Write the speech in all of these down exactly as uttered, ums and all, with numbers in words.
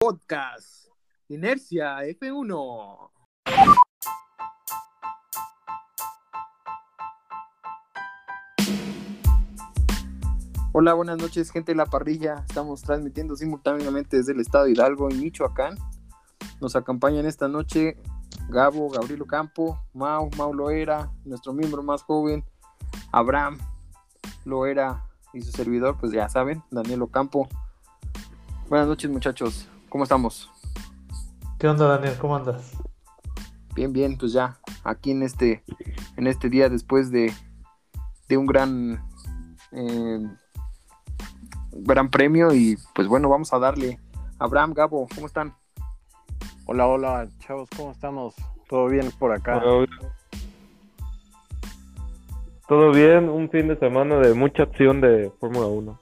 podcast Inercia F uno. Hola, buenas noches, gente de la parrilla. Estamos transmitiendo simultáneamente desde el estado de Hidalgo, en Michoacán. Nos acompañan esta noche Gabo, Gabriel Ocampo, Mau, Mau Loera, nuestro miembro más joven, Abraham Loera, y su servidor, pues ya saben, Daniel Ocampo. Buenas noches, muchachos, ¿cómo estamos? ¿Qué onda, Daniel? ¿Cómo andas? Bien, bien, pues ya aquí en este, en este día después de, de un gran, eh, gran premio, y pues bueno, vamos a darle. Abraham, Gabo, ¿cómo están? Hola, hola, chavos, ¿cómo estamos? ¿Todo bien por acá? Hola. Todo bien, un fin de semana de mucha acción de Fórmula uno.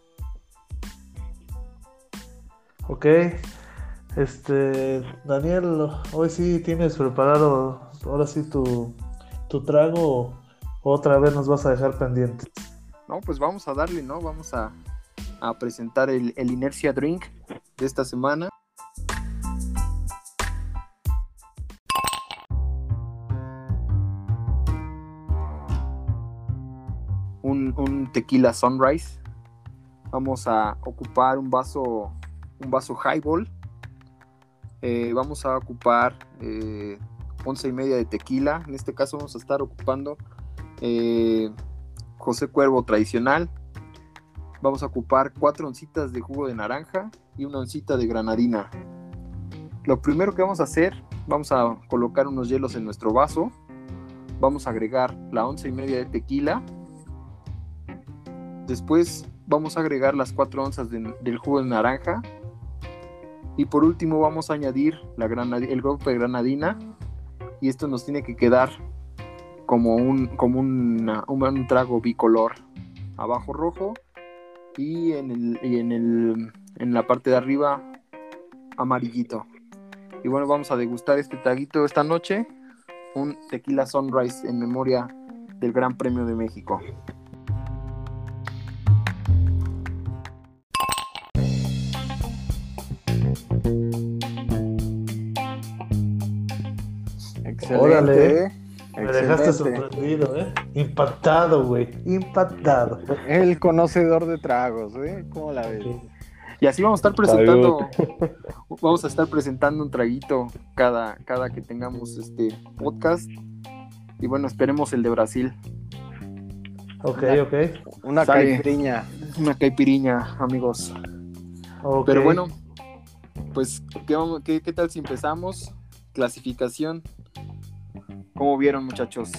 Ok, este, Daniel, hoy sí tienes preparado, ahora sí tu, tu trago, o otra vez nos vas a dejar pendientes. No, pues vamos a darle, ¿no? Vamos a, a presentar el, el Inercia Drink de esta semana. Un, un tequila Sunrise. Vamos a ocupar un vaso, un vaso highball. Eh, vamos a ocupar eh, once y media de tequila. En este caso vamos a estar ocupando eh, José Cuervo tradicional. Vamos a ocupar cuatro oncitas de jugo de naranja y una oncita de granadina. Lo primero que vamos a hacer, vamos a colocar unos hielos en nuestro vaso. Vamos a agregar la once y media de tequila. Después vamos a agregar las cuatro onzas de, del jugo de naranja. Y por último vamos a añadir la granadi- el golpe de granadina. Y esto nos tiene que quedar como un, como una, un, un trago bicolor. Abajo rojo y en, el, y en, el, en la parte de arriba amarillito. Y bueno, vamos a degustar este traguito esta noche. Un tequila Sunrise en memoria del Gran Premio de México. Excelente, Órale, ¿eh? Me dejaste Excelente. sorprendido, ¿eh? Impactado, güey, impactado. El conocedor de tragos, ¿eh? ¿Cómo la ves? Sí. Y así vamos a estar presentando, vamos a estar presentando un traguito cada, cada que tengamos este podcast. Y bueno, esperemos el de Brasil. Ok, ok, Una Sale. caipirinha. Una caipiriña, amigos. ok. Pero bueno, pues, ¿qué, vamos- qué, qué tal si empezamos? Clasificación. ¿Cómo vieron, muchachos?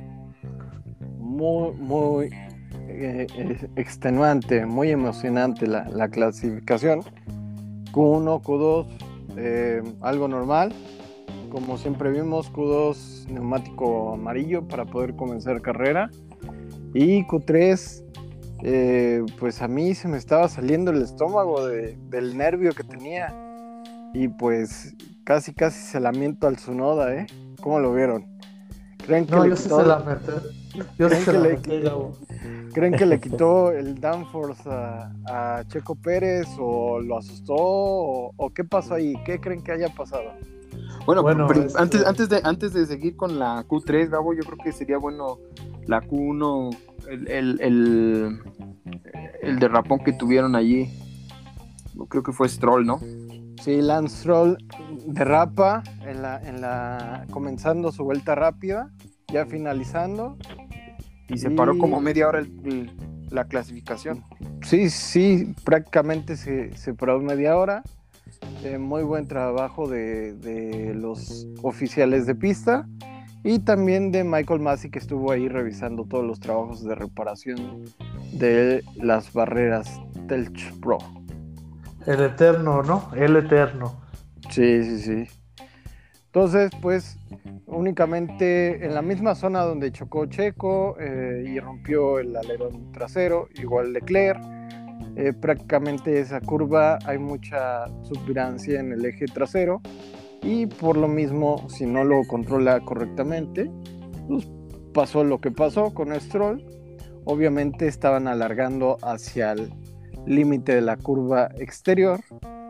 Muy, muy eh, eh, extenuante, muy emocionante la, la clasificación. Q uno, Q dos, eh, algo normal. Como siempre vimos, Q dos neumático amarillo para poder comenzar carrera. Y Q tres, eh, pues a mí se me estaba saliendo el estómago de, del nervio que tenía. Y pues casi casi se lamento al Tsunoda, ¿eh? ¿Cómo lo vieron? ¿Creen que No, le yo sí quitó, se la metí. Yo sí ¿Creen se que la le- metí, Gabo. ¿creen que le quitó el downforce a, a Checo Pérez o lo asustó o, o qué pasó ahí? ¿Qué creen que haya pasado? Bueno, Bueno, pri- este- antes, antes, de, antes de seguir con la Q tres, Gabo, yo creo que sería bueno la Q uno, el, el, el, el derrapón que tuvieron allí. Creo que fue Stroll, ¿no? Sí, Lance Stroll derrapa en la, en la, comenzando su vuelta rápida, ya finalizando. Y se Y- paró como media hora el- el- la clasificación. Sí, sí, prácticamente se, se paró media hora. Eh, muy buen trabajo de, de los oficiales de pista y también de Michael Masi, que estuvo ahí revisando todos los trabajos de reparación de las barreras Telch Pro. El eterno, ¿no? El eterno. Sí, sí, sí. Entonces, pues, únicamente en la misma zona donde chocó Checo eh, y rompió el alerón trasero, igual Leclerc. Eh, prácticamente esa curva hay mucha subvirancia en el eje trasero y por lo mismo, si no lo controla correctamente, pues pasó lo que pasó con Stroll. Obviamente estaban alargando hacia el límite de la curva exterior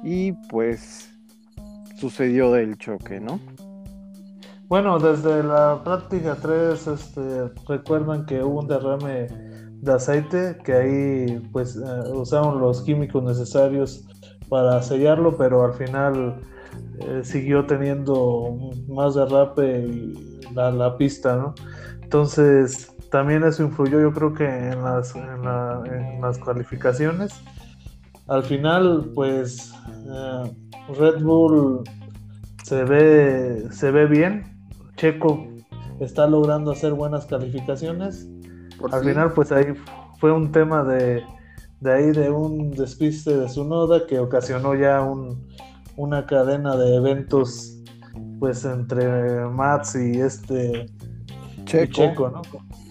y pues sucedió el choque, ¿no? Bueno, desde la práctica tres, este, recuerdan que hubo un derrame de aceite, que ahí pues eh, usaron los químicos necesarios para sellarlo, pero al final eh, siguió teniendo más derrape y la, la pista, ¿no? Entonces también eso influyó, yo creo que en las, en la- en las calificaciones. Al final, pues eh, Red Bull se ve, se ve bien. Checo está logrando hacer buenas calificaciones. Por Al fin. final, pues ahí fue un tema de, de ahí de un despiste de Tsunoda que ocasionó ya un, una cadena de eventos, pues entre Max y este y Checo. Checo, ¿no?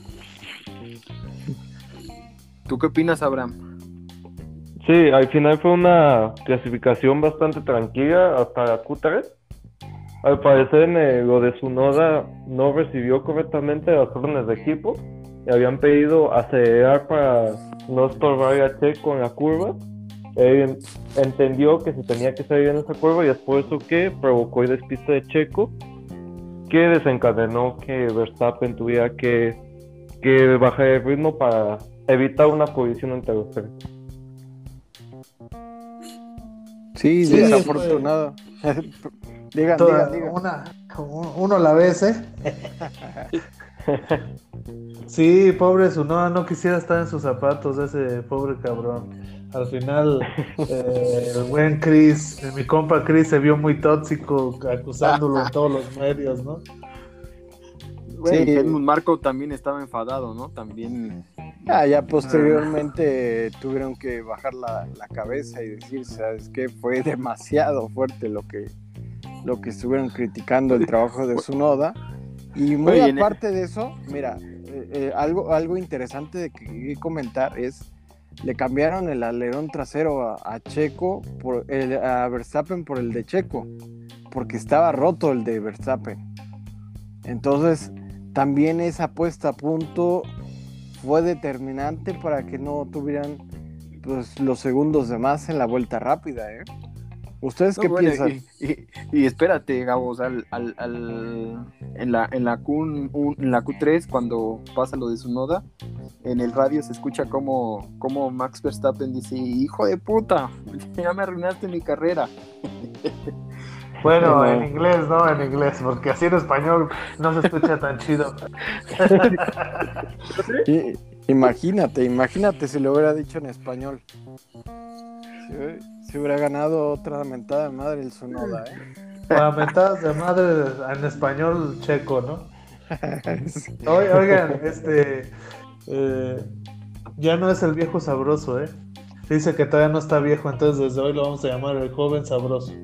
¿Tú qué opinas, Abraham? Sí, al final fue una clasificación bastante tranquila hasta la Q tres. Al parecer, eh, lo de Tsunoda no recibió correctamente las órdenes de equipo. Le habían pedido acelerar para no estorbar a Checo en la curva. Él entendió que se tenía que salir en esa curva y es por eso que provocó el despiste de Checo, que desencadenó que Verstappen tuviera que, que bajar el ritmo para evitar una colisión entre los tres. Sí, Sí, desafortunado. digan, Toda- digan, digan. Una, uno a la vez, ¿eh? Sí, pobre Tsunoda, no quisiera estar en sus zapatos, ese pobre cabrón. Al final, eh, el buen Chris, eh, mi compa Chris, se vio muy tóxico acusándolo en todos los medios, ¿no? Bueno, Sí. y Helmut Marko también estaba enfadado, ¿no? También. Ah, ya posteriormente tuvieron que bajar la, la cabeza y decir, ¿sabes qué? Fue demasiado fuerte lo que, lo que estuvieron criticando el trabajo de Tsunoda. Y muy Oye, en- aparte de eso, mira, eh, eh, algo, algo interesante de que comentar es, le cambiaron el alerón trasero a, a Checo, por el, a Verstappen por el de Checo, porque estaba roto el de Verstappen. Entonces, también esa puesta a punto fue determinante para que no tuvieran pues los segundos de más en la vuelta rápida, ¿eh? ¿Ustedes No, qué bueno, piensan? y, y- y espérate, Gabo, o sea, al, al- al- en, la, en, la Q, un- en la Q tres, cuando pasa lo de Tsunoda, en el radio se escucha como, como Max Verstappen dice, hijo de puta, ya me arruinaste mi carrera. Bueno, Sí, no. en inglés, ¿no? En inglés, porque así en español no se escucha tan chido. Y- imagínate, imagínate si lo hubiera dicho en español. Si, si hubiera ganado otra mentada de madre el Tsunoda, ¿eh? Para mentadas de madre en español checo, ¿no? Oi- Oigan, este eh, ya no es el viejo sabroso, ¿eh? Dice que todavía no está viejo, entonces desde hoy lo vamos a llamar el joven sabroso.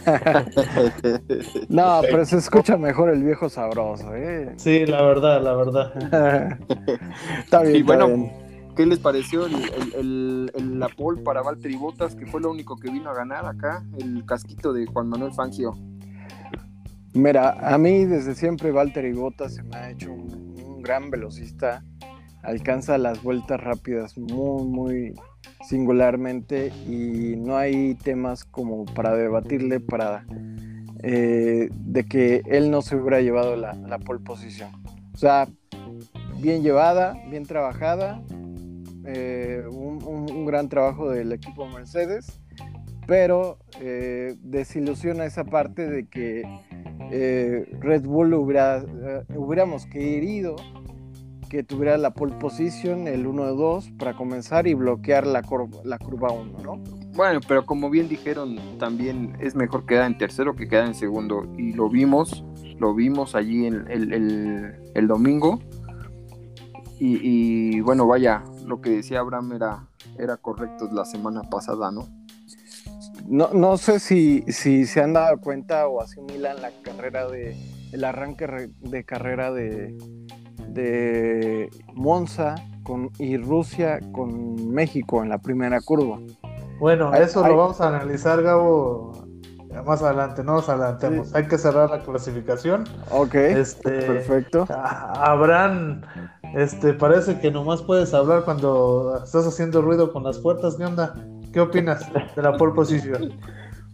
No, pero se escucha mejor el viejo sabroso, ¿eh? Sí, la verdad, la verdad. Está bien, Y está bueno, bien. ¿qué les pareció el, el, el- el- la pole para Valtteri Bottas, que fue lo único que vino a ganar acá? El casquito de Juan Manuel Fangio. Mira, a mí desde siempre Valtteri Bottas se me ha hecho un, un gran velocista. Alcanza las vueltas rápidas muy, muy singularmente y no hay temas como para debatirle para eh, de que él no se hubiera llevado la, la pole position. O sea, bien llevada, bien trabajada, eh, un, un, un gran trabajo del equipo Mercedes, pero eh, desilusiona esa parte de que eh, Red Bull hubiera, eh, hubiéramos querido que tuviera la pole position, el uno dos para comenzar y bloquear la, curva, la curva uno, ¿no? Bueno, pero como bien dijeron, también es mejor quedar en tercero que quedar en segundo. Y lo vimos, lo vimos allí en el, el, el domingo. Y, y bueno, vaya, lo que decía Abraham era, era correcto la semana pasada, ¿no? No, no sé si, si se han dado cuenta o asimilan la carrera de el arranque re- de carrera de, de Monza con, y Rusia con México en la primera curva. Bueno, Ay, eso ay. lo vamos a analizar, Gabo, más adelante, no nos adelantemos. Sí. Hay que cerrar la clasificación. Ok, Este, perfecto. a- Abraham, este, parece que nomás puedes hablar cuando estás haciendo ruido con las puertas. ¿Qué onda? ¿Qué opinas de la pole position?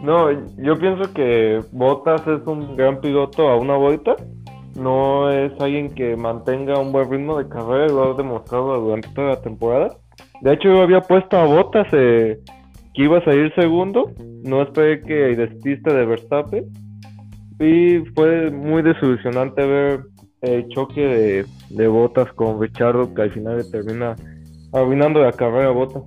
No, yo pienso que Bottas es un gran piloto a una vuelta. No es alguien que mantenga un buen ritmo de carrera, lo ha demostrado durante toda la temporada. De hecho, yo había puesto a Bottas eh, que iba a salir segundo. No esperé que despiste de Verstappen. Y fue muy desilusionante ver el choque de, de Bottas con Richardo, que al final le termina arruinando la carrera a Bottas.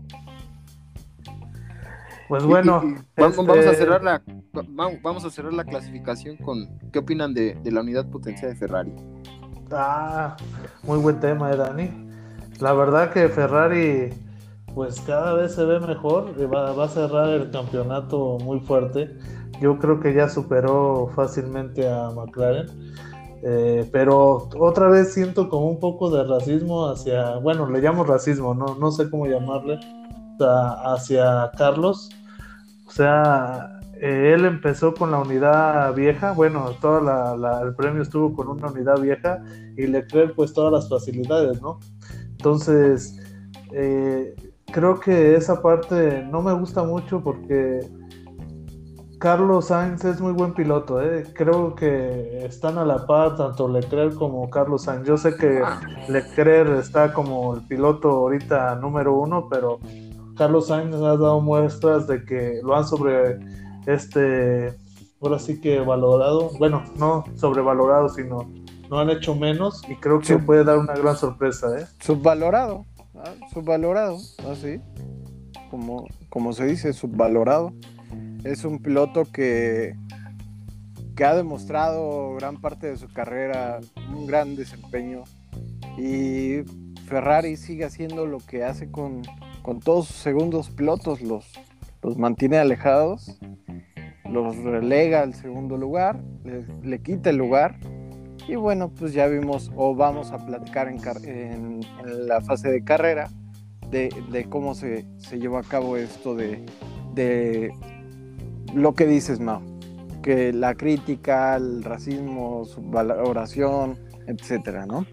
Pues bueno, Y- y- vamos, este, vamos a cerrar la va- vamos a cerrar la clasificación con ¿qué opinan de, de la unidad potencial de Ferrari? Ah, muy buen tema, eh, Dani. La verdad que Ferrari, pues cada vez se ve mejor, y va, va a cerrar el campeonato muy fuerte. Yo creo que ya superó fácilmente a McLaren, eh, pero otra vez siento como un poco de racismo hacia, bueno, le llamo racismo, no, no sé cómo llamarle, a- hacia Carlos. O sea, eh, él empezó con la unidad vieja, bueno, todo la, la- el premio estuvo con una unidad vieja y Leclerc pues todas las facilidades, ¿no? Entonces, eh, creo que esa parte no me gusta mucho porque Carlos Sainz es muy buen piloto, ¿eh? Creo que están a la par tanto Leclerc como Carlos Sainz. Yo sé que Leclerc está como el piloto ahorita número uno, pero Carlos Sainz ha dado muestras de que lo han sobre este, ahora sí que valorado, bueno, no sobrevalorado, sino no han hecho menos y creo que Sub- puede dar una gran sorpresa, ¿eh? Subvalorado, ¿ah? Subvalorado, así, como, como se dice, subvalorado. Es un piloto que, que ha demostrado gran parte de su carrera, un gran desempeño, y Ferrari sigue haciendo lo que hace con, con todos sus segundos pilotos, los, los mantiene alejados, los relega al segundo lugar, le, le quita el lugar, y bueno, pues ya vimos, o vamos a platicar en, car- en, en la fase de carrera, de, de cómo se, se llevó a cabo esto de, de lo que dices, Mao, que la crítica, el racismo, su valoración, etcétera, ¿no?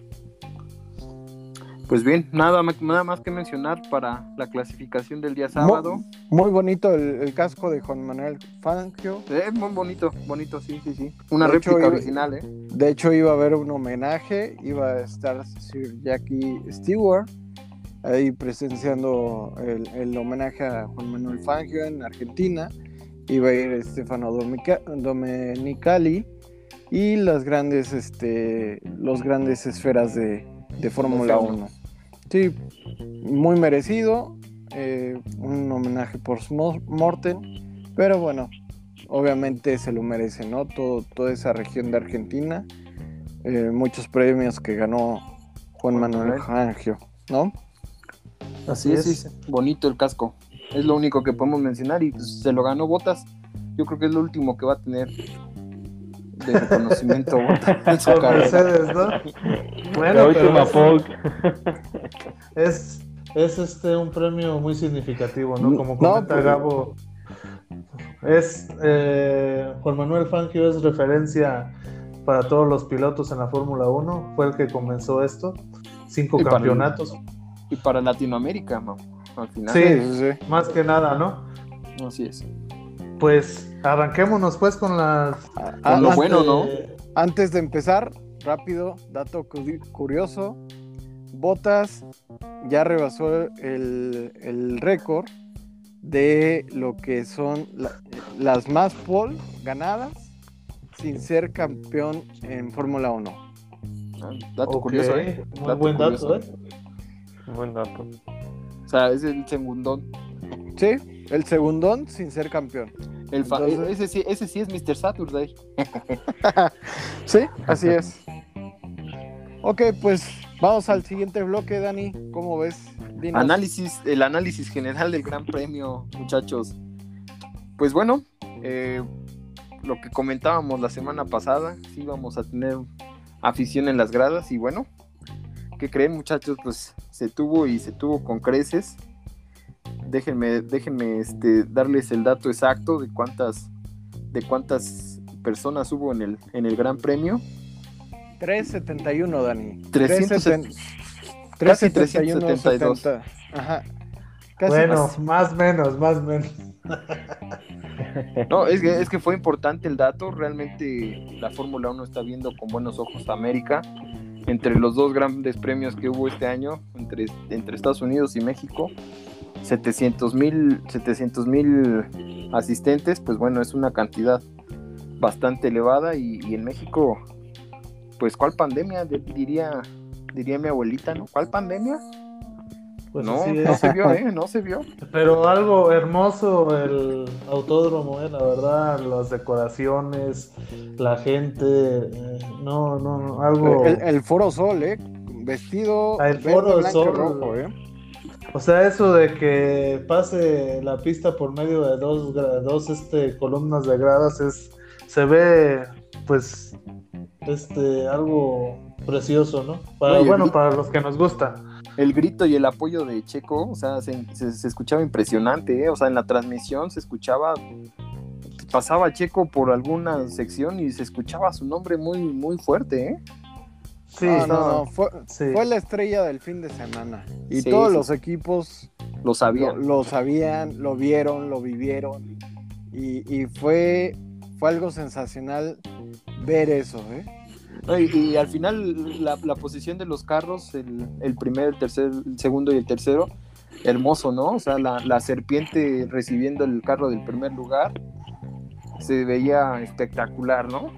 Pues bien, nada, ma- nada más que mencionar para la clasificación del día sábado. Muy, muy bonito el, el casco de Juan Manuel Fangio. Eh, muy bonito, bonito, sí, sí, sí. Una De hecho, réplica iba- original, ¿eh? De hecho, iba a haber un homenaje, iba a estar Sir Jackie Stewart ahí presenciando el, el homenaje a Juan Manuel Fangio en Argentina. Iba a ir Stefano Domica- Domenicali y las grandes, este, los grandes esferas de, de Fórmula F uno. uno. Sí, muy merecido, eh, un homenaje por Morten, pero bueno, obviamente se lo merece, ¿no? Todo, toda esa región de Argentina, eh, muchos premios que ganó Juan Manuel Fangio, ¿no? Así es, sí, bonito el casco. Es lo único que podemos mencionar y pues, se lo ganó Bottas. Yo creo que es lo último que va a tener de reconocimiento Bottas en su Con carrera. Mercedes, ¿no? La Bueno, última pero es, pole. es, es este un premio muy significativo, ¿no? Como No, comenta pues- Gabo, es eh, Juan Manuel Fangio es referencia para todos los pilotos en la Fórmula uno, fue el que comenzó esto, cinco Y para el- campeonatos, Y para Latinoamérica, ¿no? Al final. Sí. Sí, sí, sí. más que nada, ¿no? Así es. Pues arranquémonos pues con las... Ah, Con lo antes- bueno, ¿no? eh, Antes de empezar, rápido, dato cu- curioso, Bottas ya rebasó el, el récord de lo que son la- las más pole ganadas sin ser campeón en Fórmula uno. Ah, Dato ok, curioso, ¿eh? muy Dato buen dato, curioso. ¿eh? Buen dato. O sea, es el segundón. Sí, el segundón sin ser campeón. El fa- Entonces- ese, sí, ese sí es mister Saturday. Sí, así es. Ok, pues vamos al siguiente bloque, Dani. ¿Cómo ves? Dinos. Análisis, el análisis general del Gran Premio, muchachos. Pues bueno, eh, lo que comentábamos la semana pasada, sí vamos a tener afición en las gradas y bueno, ¿qué creen, muchachos? Pues se tuvo y se tuvo con creces. Déjenme, déjenme este, darles el dato exacto de cuántas, de cuántas personas hubo en el, en el Gran Premio. trescientos setenta y uno, Dani. trescientos trescientos casi setenta y uno, trescientos setenta y dos. setenta. Ajá. Casi Bueno, más. más menos, más menos. No, es que, es que fue importante el dato. Realmente la Fórmula uno está viendo con buenos ojos a América. Entre los dos grandes premios que hubo este año, entre, entre Estados Unidos y México, setecientos mil asistentes, pues bueno, es una cantidad bastante elevada. Y, y en México, pues ¿cuál pandemia? De, diría, diría mi abuelita, ¿no? ¿Cuál pandemia? Pues no, así es. no se vio, ¿eh? No se vio. Pero algo hermoso el autódromo, ¿eh? La verdad, las decoraciones, la gente, eh, no, no, no, algo... El, el Foro Sol, ¿eh? Vestido El verde, Foro blanco y Sol. rojo, ¿eh? O sea, eso de que pase la pista por medio de dos, gra- dos este, columnas de gradas es, se ve, pues, este, algo precioso, ¿no? Para, No, y el bueno, grito- para los que nos gusta. El grito y el apoyo de Checo, o sea, se, se- se escuchaba impresionante, ¿eh? O sea, en la transmisión se escuchaba, pasaba Checo por alguna sección y se escuchaba su nombre muy, muy fuerte, ¿eh? Sí, no, no, no, fue, sí. fue la estrella del fin de semana. Y Sí, todos sí, los sí. equipos Lo lo, sabían. lo sabían, lo vieron, lo vivieron. Y, y fue, fue algo sensacional ver eso, ¿eh? No, y, y al final la, la posición de los carros, el, el primer, el tercer, el segundo y el tercero, hermoso, ¿no? O sea, la, la serpiente recibiendo el carro del primer lugar, se veía espectacular, ¿no?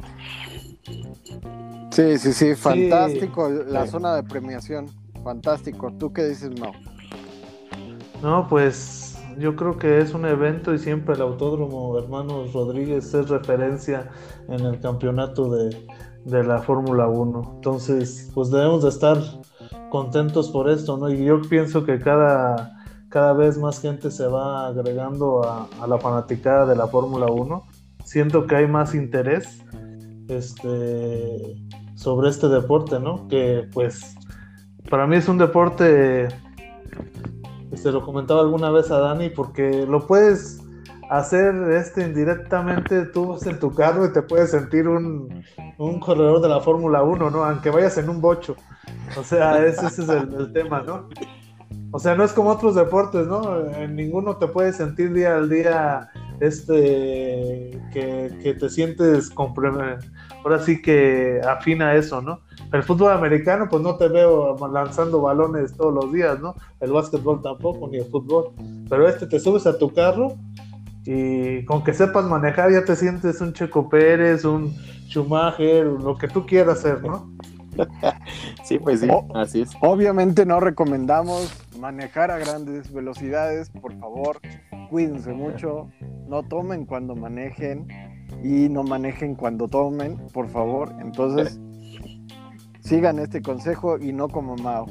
Sí, sí, sí, fantástico la Sí. zona de premiación. Fantástico. ¿Tú qué dices, Mau? No, pues yo creo que es un evento y siempre el Autódromo Hermanos Rodríguez es referencia en el campeonato de, de la Fórmula uno. Entonces, pues debemos de estar contentos por esto, ¿no? Y yo pienso que cada, cada vez más gente se va agregando a, a la fanaticada de la Fórmula uno. Siento que hay más interés este, sobre este deporte, ¿no? Que pues para mí es un deporte... Se lo comentaba alguna vez a Dani, porque lo puedes hacer este indirectamente, tú vas en tu carro y te puedes sentir un, un corredor de la Fórmula uno, ¿no? Aunque vayas en un bocho. O sea, ese, ese es el, el tema, ¿no? O sea, no es como otros deportes, ¿no? En ninguno te puedes sentir día al día este que, que te sientes compre- ahora sí que afina a eso, ¿no? El fútbol americano, pues no te veo lanzando balones todos los días, ¿no? El básquetbol tampoco, ni el fútbol. Pero este te subes a tu carro y con que sepas manejar ya te sientes un Checo Pérez, un Schumacher, lo que tú quieras ser, ¿no? Sí, pues sí, Oh. así es. Obviamente no recomendamos manejar a grandes velocidades, por favor, cuídense mucho, no tomen cuando manejen y no manejen cuando tomen, por favor. Entonces, sigan este consejo y no como Mao.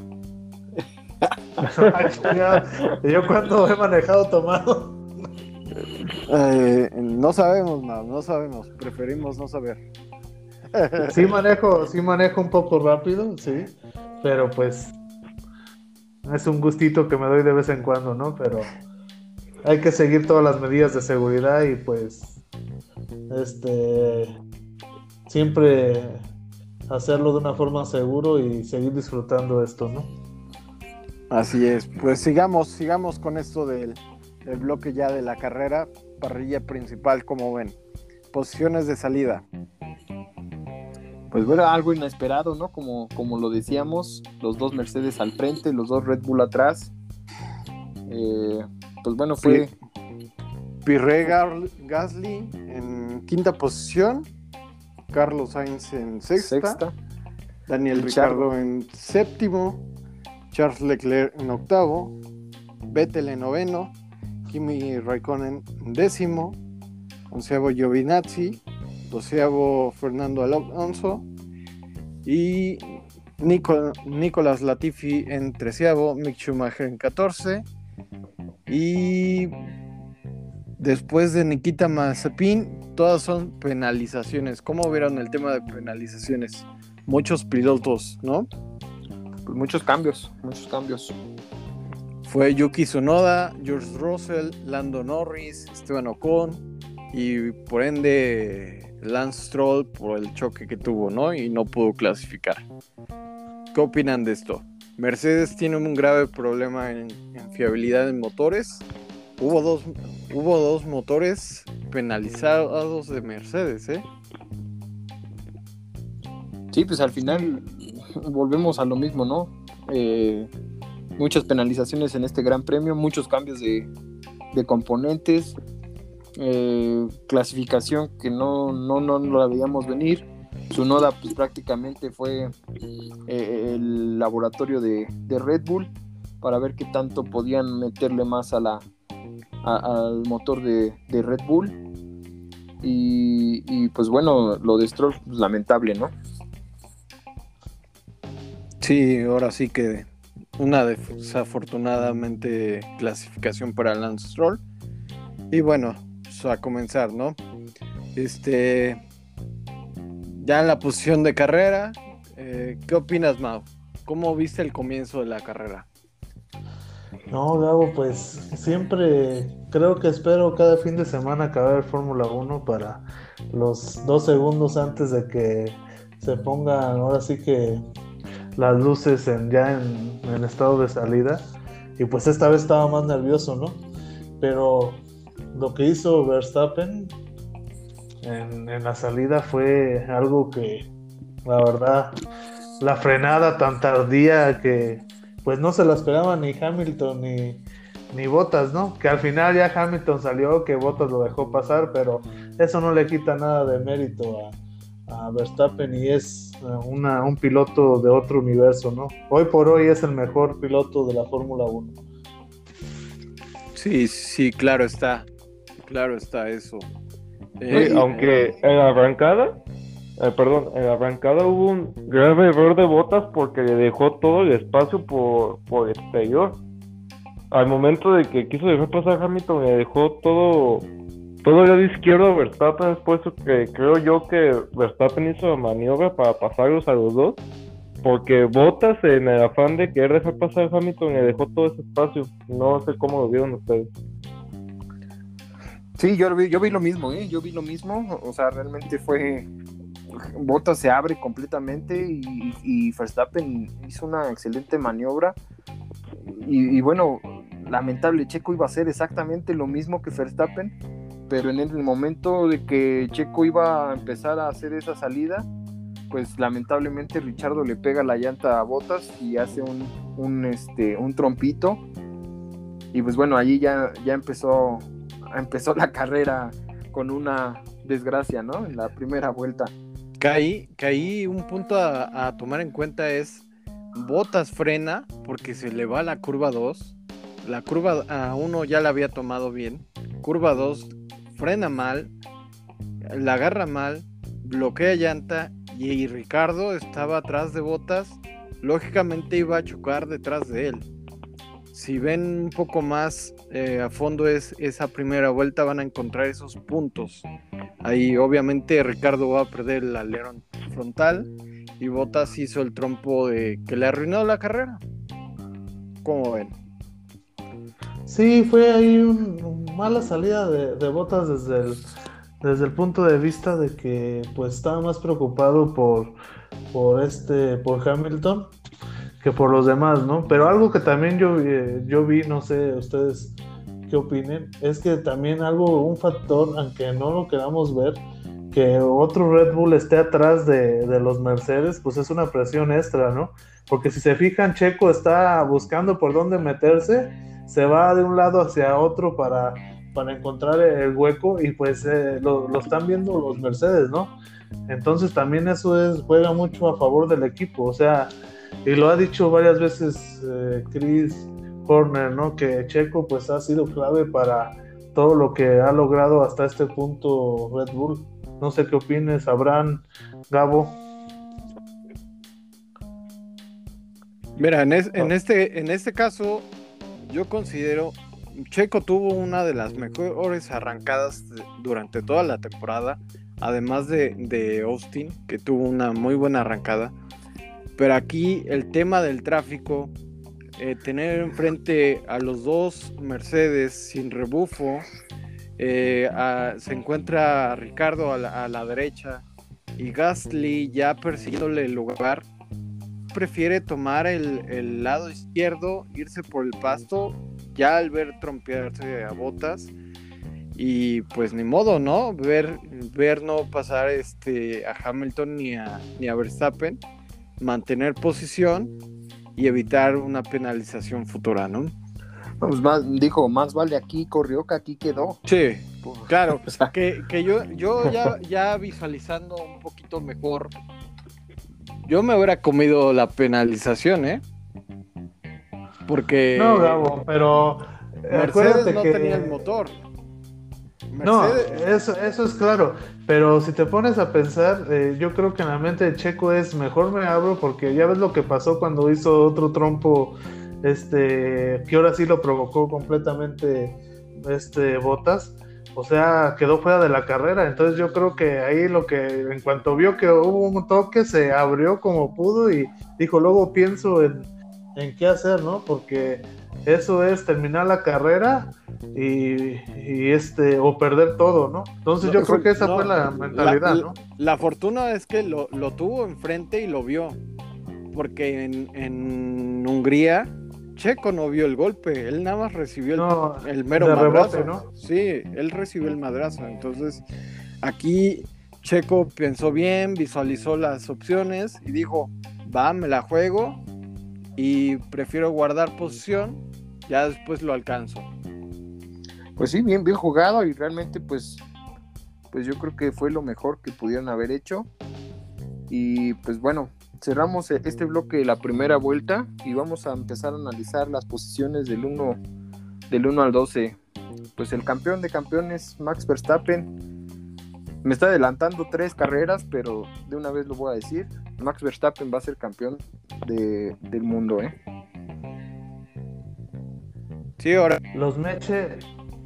Yo cuando he manejado tomado. Eh, no sabemos, Mao, no sabemos, preferimos no saber. Sí manejo, sí manejo un poco rápido, sí, pero pues es un gustito que me doy de vez en cuando, ¿no? Pero hay que seguir todas las medidas de seguridad y pues este siempre hacerlo de una forma seguro y seguir disfrutando esto, ¿no? Así es, pues sigamos, sigamos con esto del, del bloque ya de la carrera, parrilla principal, como ven, posiciones de salida. Pues bueno, algo inesperado, ¿no? Como, como lo decíamos, los dos Mercedes al frente, los dos Red Bull atrás. Eh, pues bueno, fue... Pierre Gar- Gasly en quinta posición, Carlos Sainz en sexta, sexta. Daniel Ricciardo. Ricciardo en séptimo, Charles Leclerc en octavo, Vettel en noveno, Kimi Raikkonen en décimo, onceavo Giovinazzi, doceavo Fernando Alonso y Nico, Nicolás Latifi en treceavo, Mick Schumacher en catorce y después de Nikita Mazepin todas son penalizaciones. ¿Cómo vieron el tema de penalizaciones? Muchos pilotos, ¿no? Pues muchos cambios, muchos cambios. Fue Yuki Tsunoda, George Russell, Lando Norris, Esteban Ocon y por ende Lance Stroll por el choque que tuvo, ¿no? Y no pudo clasificar. ¿Qué opinan de esto? Mercedes tiene un grave problema en, en fiabilidad en motores. hubo dos, hubo dos motores penalizados de Mercedes, ¿eh? Sí, pues al final volvemos a lo mismo, ¿no? Eh, muchas penalizaciones en este Gran Premio, muchos cambios de, de componentes, eh, clasificación que no, no, no, no la veíamos venir. Tsunoda pues prácticamente fue eh, el laboratorio de, de Red Bull para ver qué tanto podían meterle más a la, a, al motor de, de Red Bull. Y, y pues bueno, lo de Stroll, pues, lamentable, ¿no? Sí, ahora sí que una desafortunadamente clasificación para Lance Stroll. Y bueno, pues a comenzar, ¿no? Este, ya en la posición de carrera, eh, ¿qué opinas, Mau? ¿Cómo viste el comienzo de la carrera? No, Gabo, pues siempre creo que espero cada fin de semana acabar el Fórmula uno para los dos segundos antes de que se pongan ahora sí que las luces en, ya en, en estado de salida. Y pues esta vez estaba más nervioso, ¿no? Pero lo que hizo Verstappen en, en la salida fue algo que, la verdad, la frenada tan tardía que pues no se la esperaban ni Hamilton ni, ni Bottas, ¿no? Que al final ya Hamilton salió, que Bottas lo dejó pasar, pero eso no le quita nada de mérito a, a Verstappen y es una, un piloto de otro universo, ¿no? Hoy por hoy es el mejor piloto de la Fórmula uno. Sí, sí, claro está, claro está eso. Eh, sí, aunque en la arrancada, eh, perdón, en la arrancada hubo un grave error de Bottas porque le dejó todo el espacio por, por exterior. Al momento de que quiso dejar pasar a Hamilton, le dejó todo, todo el lado izquierdo a Verstappen. Es por eso que creo yo que Verstappen hizo la maniobra para pasarlos a los dos, porque Bottas, en el afán de querer dejar pasar a Hamilton, le dejó todo ese espacio. No sé cómo lo vieron ustedes. Sí, yo vi, yo vi lo mismo, ¿eh? Yo vi lo mismo, o sea, realmente fue... Bottas se abre completamente y, y Verstappen hizo una excelente maniobra y, y bueno, lamentable, Checo iba a hacer exactamente lo mismo que Verstappen, pero en el momento de que Checo iba a empezar a hacer esa salida, pues lamentablemente Richardo le pega la llanta a Bottas y hace un, un, este, un trompito y pues bueno, allí ya, ya empezó, empezó la carrera con una desgracia, ¿no? En la primera vuelta. Que ahí, que ahí un punto a, a tomar en cuenta es Bottas frena porque se le va la curva dos, la curva uno ya la había tomado bien, curva dos frena mal, la agarra mal, bloquea llanta y Ricardo estaba atrás de Bottas, lógicamente iba a chocar detrás de él. Si ven un poco más eh, a fondo es, esa primera vuelta van a encontrar esos puntos. Ahí obviamente Ricardo va a perder el alerón frontal y Bottas hizo el trompo de que le arruinó la carrera. ¿Cómo ven? Sí, fue ahí una mala salida de, de Bottas desde el, desde el punto de vista de que pues estaba más preocupado por, por este por Hamilton que por los demás, ¿no? Pero algo que también yo, eh, yo vi, no sé ustedes qué opinen, es que también algo, un factor, aunque no lo queramos ver, que otro Red Bull esté atrás de, de los Mercedes, pues es una presión extra, ¿no? Porque si se fijan, Checo está buscando por dónde meterse, se va de un lado hacia otro para, para encontrar el hueco y pues eh, lo, lo están viendo los Mercedes, ¿no? Entonces también eso es, juega mucho a favor del equipo, o sea, y lo ha dicho varias veces eh, Chris Horner, ¿no? Que Checo pues ha sido clave para todo lo que ha logrado hasta este punto Red Bull. No sé qué opines, Abraham, Gabo. Mira, en, es, en, este, en este caso yo considero Checo tuvo una de las mejores arrancadas de, durante toda la temporada, además de, de Austin, que tuvo una muy buena arrancada. Pero aquí el tema del tráfico, eh, tener enfrente a los dos Mercedes sin rebufo, eh, a, se encuentra a Ricardo a la, a la derecha y Gasly ya persiguiéndole el lugar, prefiere tomar el, el lado izquierdo, irse por el pasto ya al ver trompearse a Bottas, y pues ni modo, ¿no? Ver, ver no pasar este, a Hamilton ni a, ni a Verstappen, mantener posición y evitar una penalización futura, ¿no? Pues más, dijo, más vale aquí corrió que aquí quedó. Sí, Pues, claro, o sea, que, que yo, yo ya, ya visualizando un poquito mejor, yo me hubiera comido la penalización, ¿eh? Porque No, Gabo, pero Mercedes acuérdate no que... tenía el motor. No, Mercedes, eso, eso es claro, pero si te pones a pensar, eh, yo creo que en la mente de Checo es mejor me abro porque ya ves lo que pasó cuando hizo otro trompo, este, que ahora sí lo provocó completamente, este, Bottas, o sea, quedó fuera de la carrera, entonces yo creo que ahí lo que, en cuanto vio que hubo un toque, se abrió como pudo y dijo, luego pienso en, en qué hacer, ¿no? Porque eso es terminar la carrera y, y este o perder todo, ¿no? Entonces No, yo fue- creo que esa no, fue la mentalidad, la, ¿no? la fortuna es que lo, lo tuvo enfrente y lo vio. Porque en, en Hungría, Checo no vio el golpe, él nada más recibió el, No, el mero de madrazo. rebote, ¿no? Sí, él recibió el madrazo. Entonces, aquí Checo pensó bien, visualizó las opciones y dijo, va, me la juego y prefiero guardar posición, ya después lo alcanzo. Pues sí, bien, bien jugado y realmente pues, pues yo creo que fue lo mejor que pudieron haber hecho. Y pues bueno, cerramos este bloque de la primera vuelta y vamos a empezar a analizar las posiciones del uno, del uno al doce. Pues el campeón de campeones, Max Verstappen, me está adelantando tres carreras, pero de una vez lo voy a decir, Max Verstappen va a ser campeón de, del mundo, ¿eh? Sí, ahora Los Meche,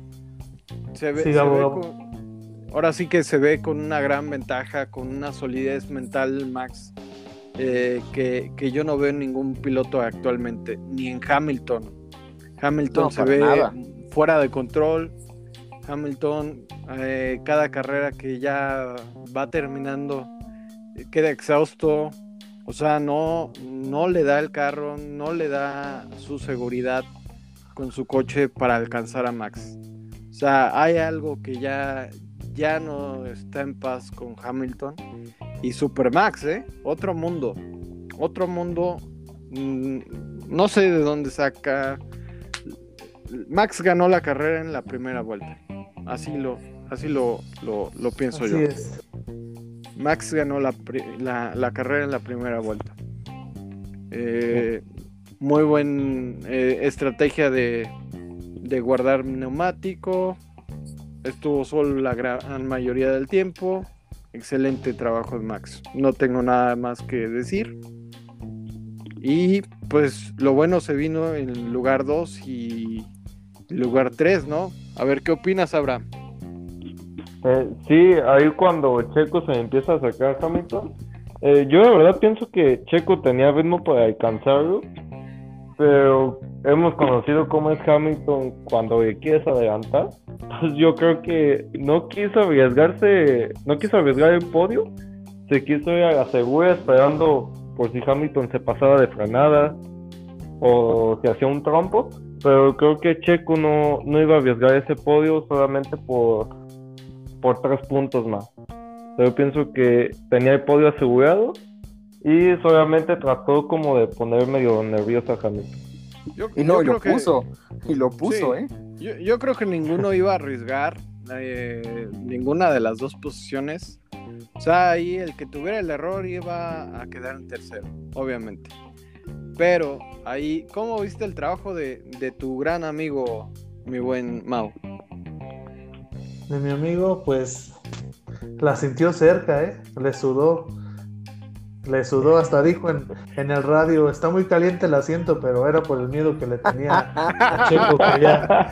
se ve, Sí, se Gabo, ve Gabo. con, ahora sí que se ve con una gran ventaja, con una solidez mental, Max, eh, que, que yo no veo en ningún piloto actualmente, ni en Hamilton. Hamilton No, se para ve nada. fuera de control. Hamilton, eh, cada carrera que ya va terminando, eh, queda exhausto. O sea, no, no le da el carro, no le da su seguridad con su coche para alcanzar a Max. O sea, hay algo que ya, ya no está en paz con Hamilton. Y Super Max, ¿eh? Otro mundo. Otro mundo. Mmm, no sé de dónde saca. Max ganó la carrera en la primera vuelta. Así lo, así lo, lo, lo pienso así yo. es. Max ganó la, la, la carrera en la primera vuelta. Eh, muy buena eh, estrategia de, de guardar neumático. Estuvo solo la gran mayoría del tiempo. Excelente trabajo de Max. No tengo nada más que decir. Y pues lo bueno se vino en lugar dos y lugar tres, ¿no? A ver, ¿qué opinas, Abraham? Eh, sí, ahí cuando Checo se empieza a sacar a Hamilton, eh, yo de verdad pienso que Checo tenía ritmo para alcanzarlo, pero hemos conocido cómo es Hamilton cuando le quieres adelantar. Pues yo creo que no quiso arriesgarse, no quiso arriesgar el podio, se quiso ir a la segura esperando por si Hamilton se pasaba de frenada o se hacía un trompo, pero creo que Checo no, no iba a arriesgar ese podio solamente por, por tres puntos más. Yo pienso que tenía el podio asegurado y solamente trató como de poner medio nervioso a Hamilton. Yo, Y no, yo y lo creo puso, que, y lo puso, sí, ¿eh? Yo, yo creo que ninguno iba a arriesgar eh, ninguna de las dos posiciones. O sea, ahí el que tuviera el error iba a quedar en tercero, obviamente. Pero ahí, ¿cómo viste el trabajo de, de tu gran amigo, mi buen Mau? De mi amigo, pues la sintió cerca, ¿eh? Le sudó. Le sudó, hasta dijo en, en el radio, está muy caliente el asiento, pero era por el miedo que le tenía a Checo, que ya,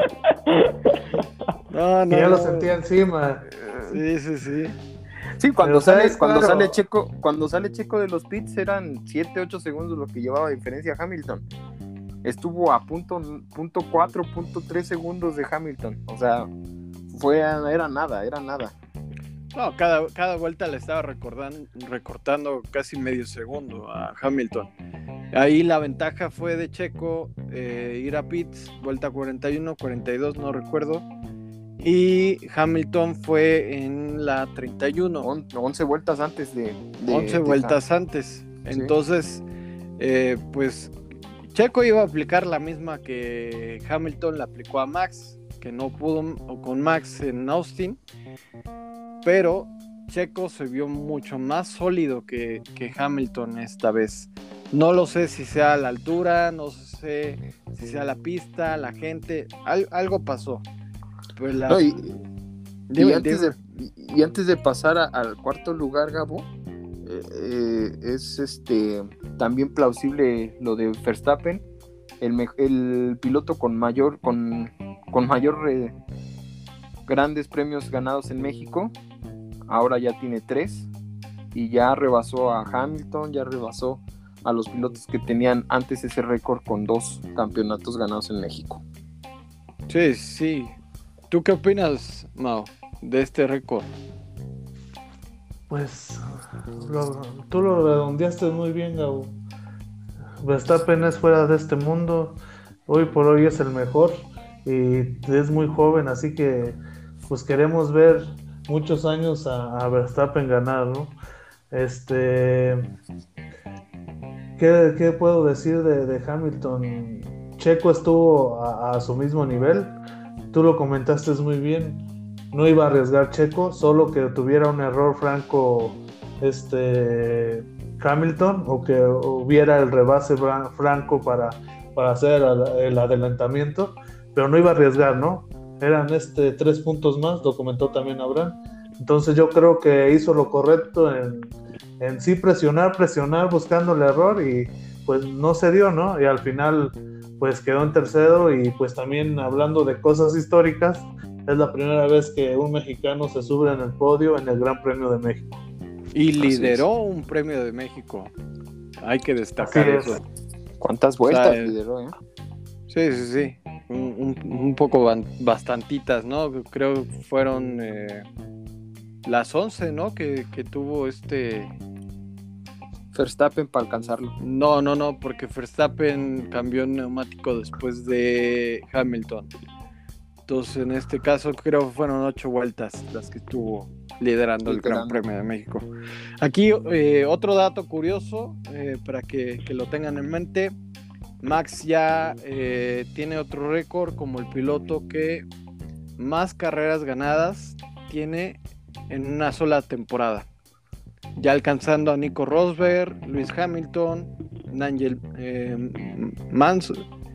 No, no, que ya no. lo sentía encima. Sí, sí, sí. Sí, cuando Pero, sale, ¿sabes? cuando Claro. sale Checo, cuando sale Checo de los pits eran siete, ocho segundos lo que llevaba de diferencia a Hamilton. Estuvo a punto, punto cuatro, punto tres segundos de Hamilton. O sea, fue, era nada, era nada. No, cada, cada vuelta le estaba recordando, recortando casi medio segundo a Hamilton. Ahí la ventaja fue de Checo eh, ir a pits, vuelta cuarenta y uno, cuarenta y dos, no recuerdo. Y Hamilton fue en la treinta y uno. On, once vueltas antes de... de once de vueltas Ham- antes. Entonces, eh, pues Checo iba a aplicar la misma que Hamilton le aplicó a Max, que no pudo con Max en Austin. Pero Checo se vio mucho más sólido que, que Hamilton esta vez. No lo sé si sea la altura, no sé si sea la pista, la gente, al, algo pasó. Pues la... No, y, dime, y, antes dime. de, y antes de pasar a- al cuarto lugar, Gabo, eh, eh, es este también plausible lo de Verstappen, el, me- el piloto con mayor, con, con mayor eh, grandes premios ganados en México, ahora ya tiene tres y ya rebasó a Hamilton, ya rebasó a los pilotos que tenían antes ese récord con dos campeonatos ganados en México. Sí, sí. ¿Tú qué opinas, Mao, de este récord? Pues lo- tú lo redondeaste muy bien, Gabo. Verstappen es fuera de este mundo. Hoy por hoy es el mejor y es muy joven, así que pues queremos ver muchos años a, a Verstappen ganar, ¿no? Este, ¿qué, qué puedo decir de, de Hamilton? Checo estuvo a, a su mismo nivel. Tú lo comentaste muy bien. No iba a arriesgar Checo, solo que tuviera un error franco este Hamilton o que hubiera el rebase bran- franco para, para hacer el, el adelantamiento, pero no iba a arriesgar, ¿no? Eran este tres puntos más, lo comentó también Abraham. Entonces yo creo que hizo lo correcto en, en sí presionar, presionar buscando el error y pues no se dio, ¿no? Y al final pues quedó en tercero y pues también hablando de cosas históricas, es la primera vez que un mexicano se sube en el podio en el Gran Premio de México. Y Así lideró un premio de México. Hay que destacar Así es. eso. ¿Cuántas vueltas O sea, lideró, eh? Sí, sí, sí. Un, un, un poco ban- bastantitas, ¿no? Creo que fueron eh, las once, ¿no? Que, que tuvo este... Verstappen para alcanzarlo. No, no, no, porque Verstappen cambió el neumático después de Hamilton. Entonces, en este caso, creo que fueron ocho vueltas las que estuvo liderando el Gran Liderando. Premio de México. Aquí, eh, otro dato curioso, eh, para que, que lo tengan en mente. Max ya eh, tiene otro récord como el piloto que más carreras ganadas tiene en una sola temporada. Ya alcanzando a Nico Rosberg, Lewis Hamilton, Nigel eh, Mansell,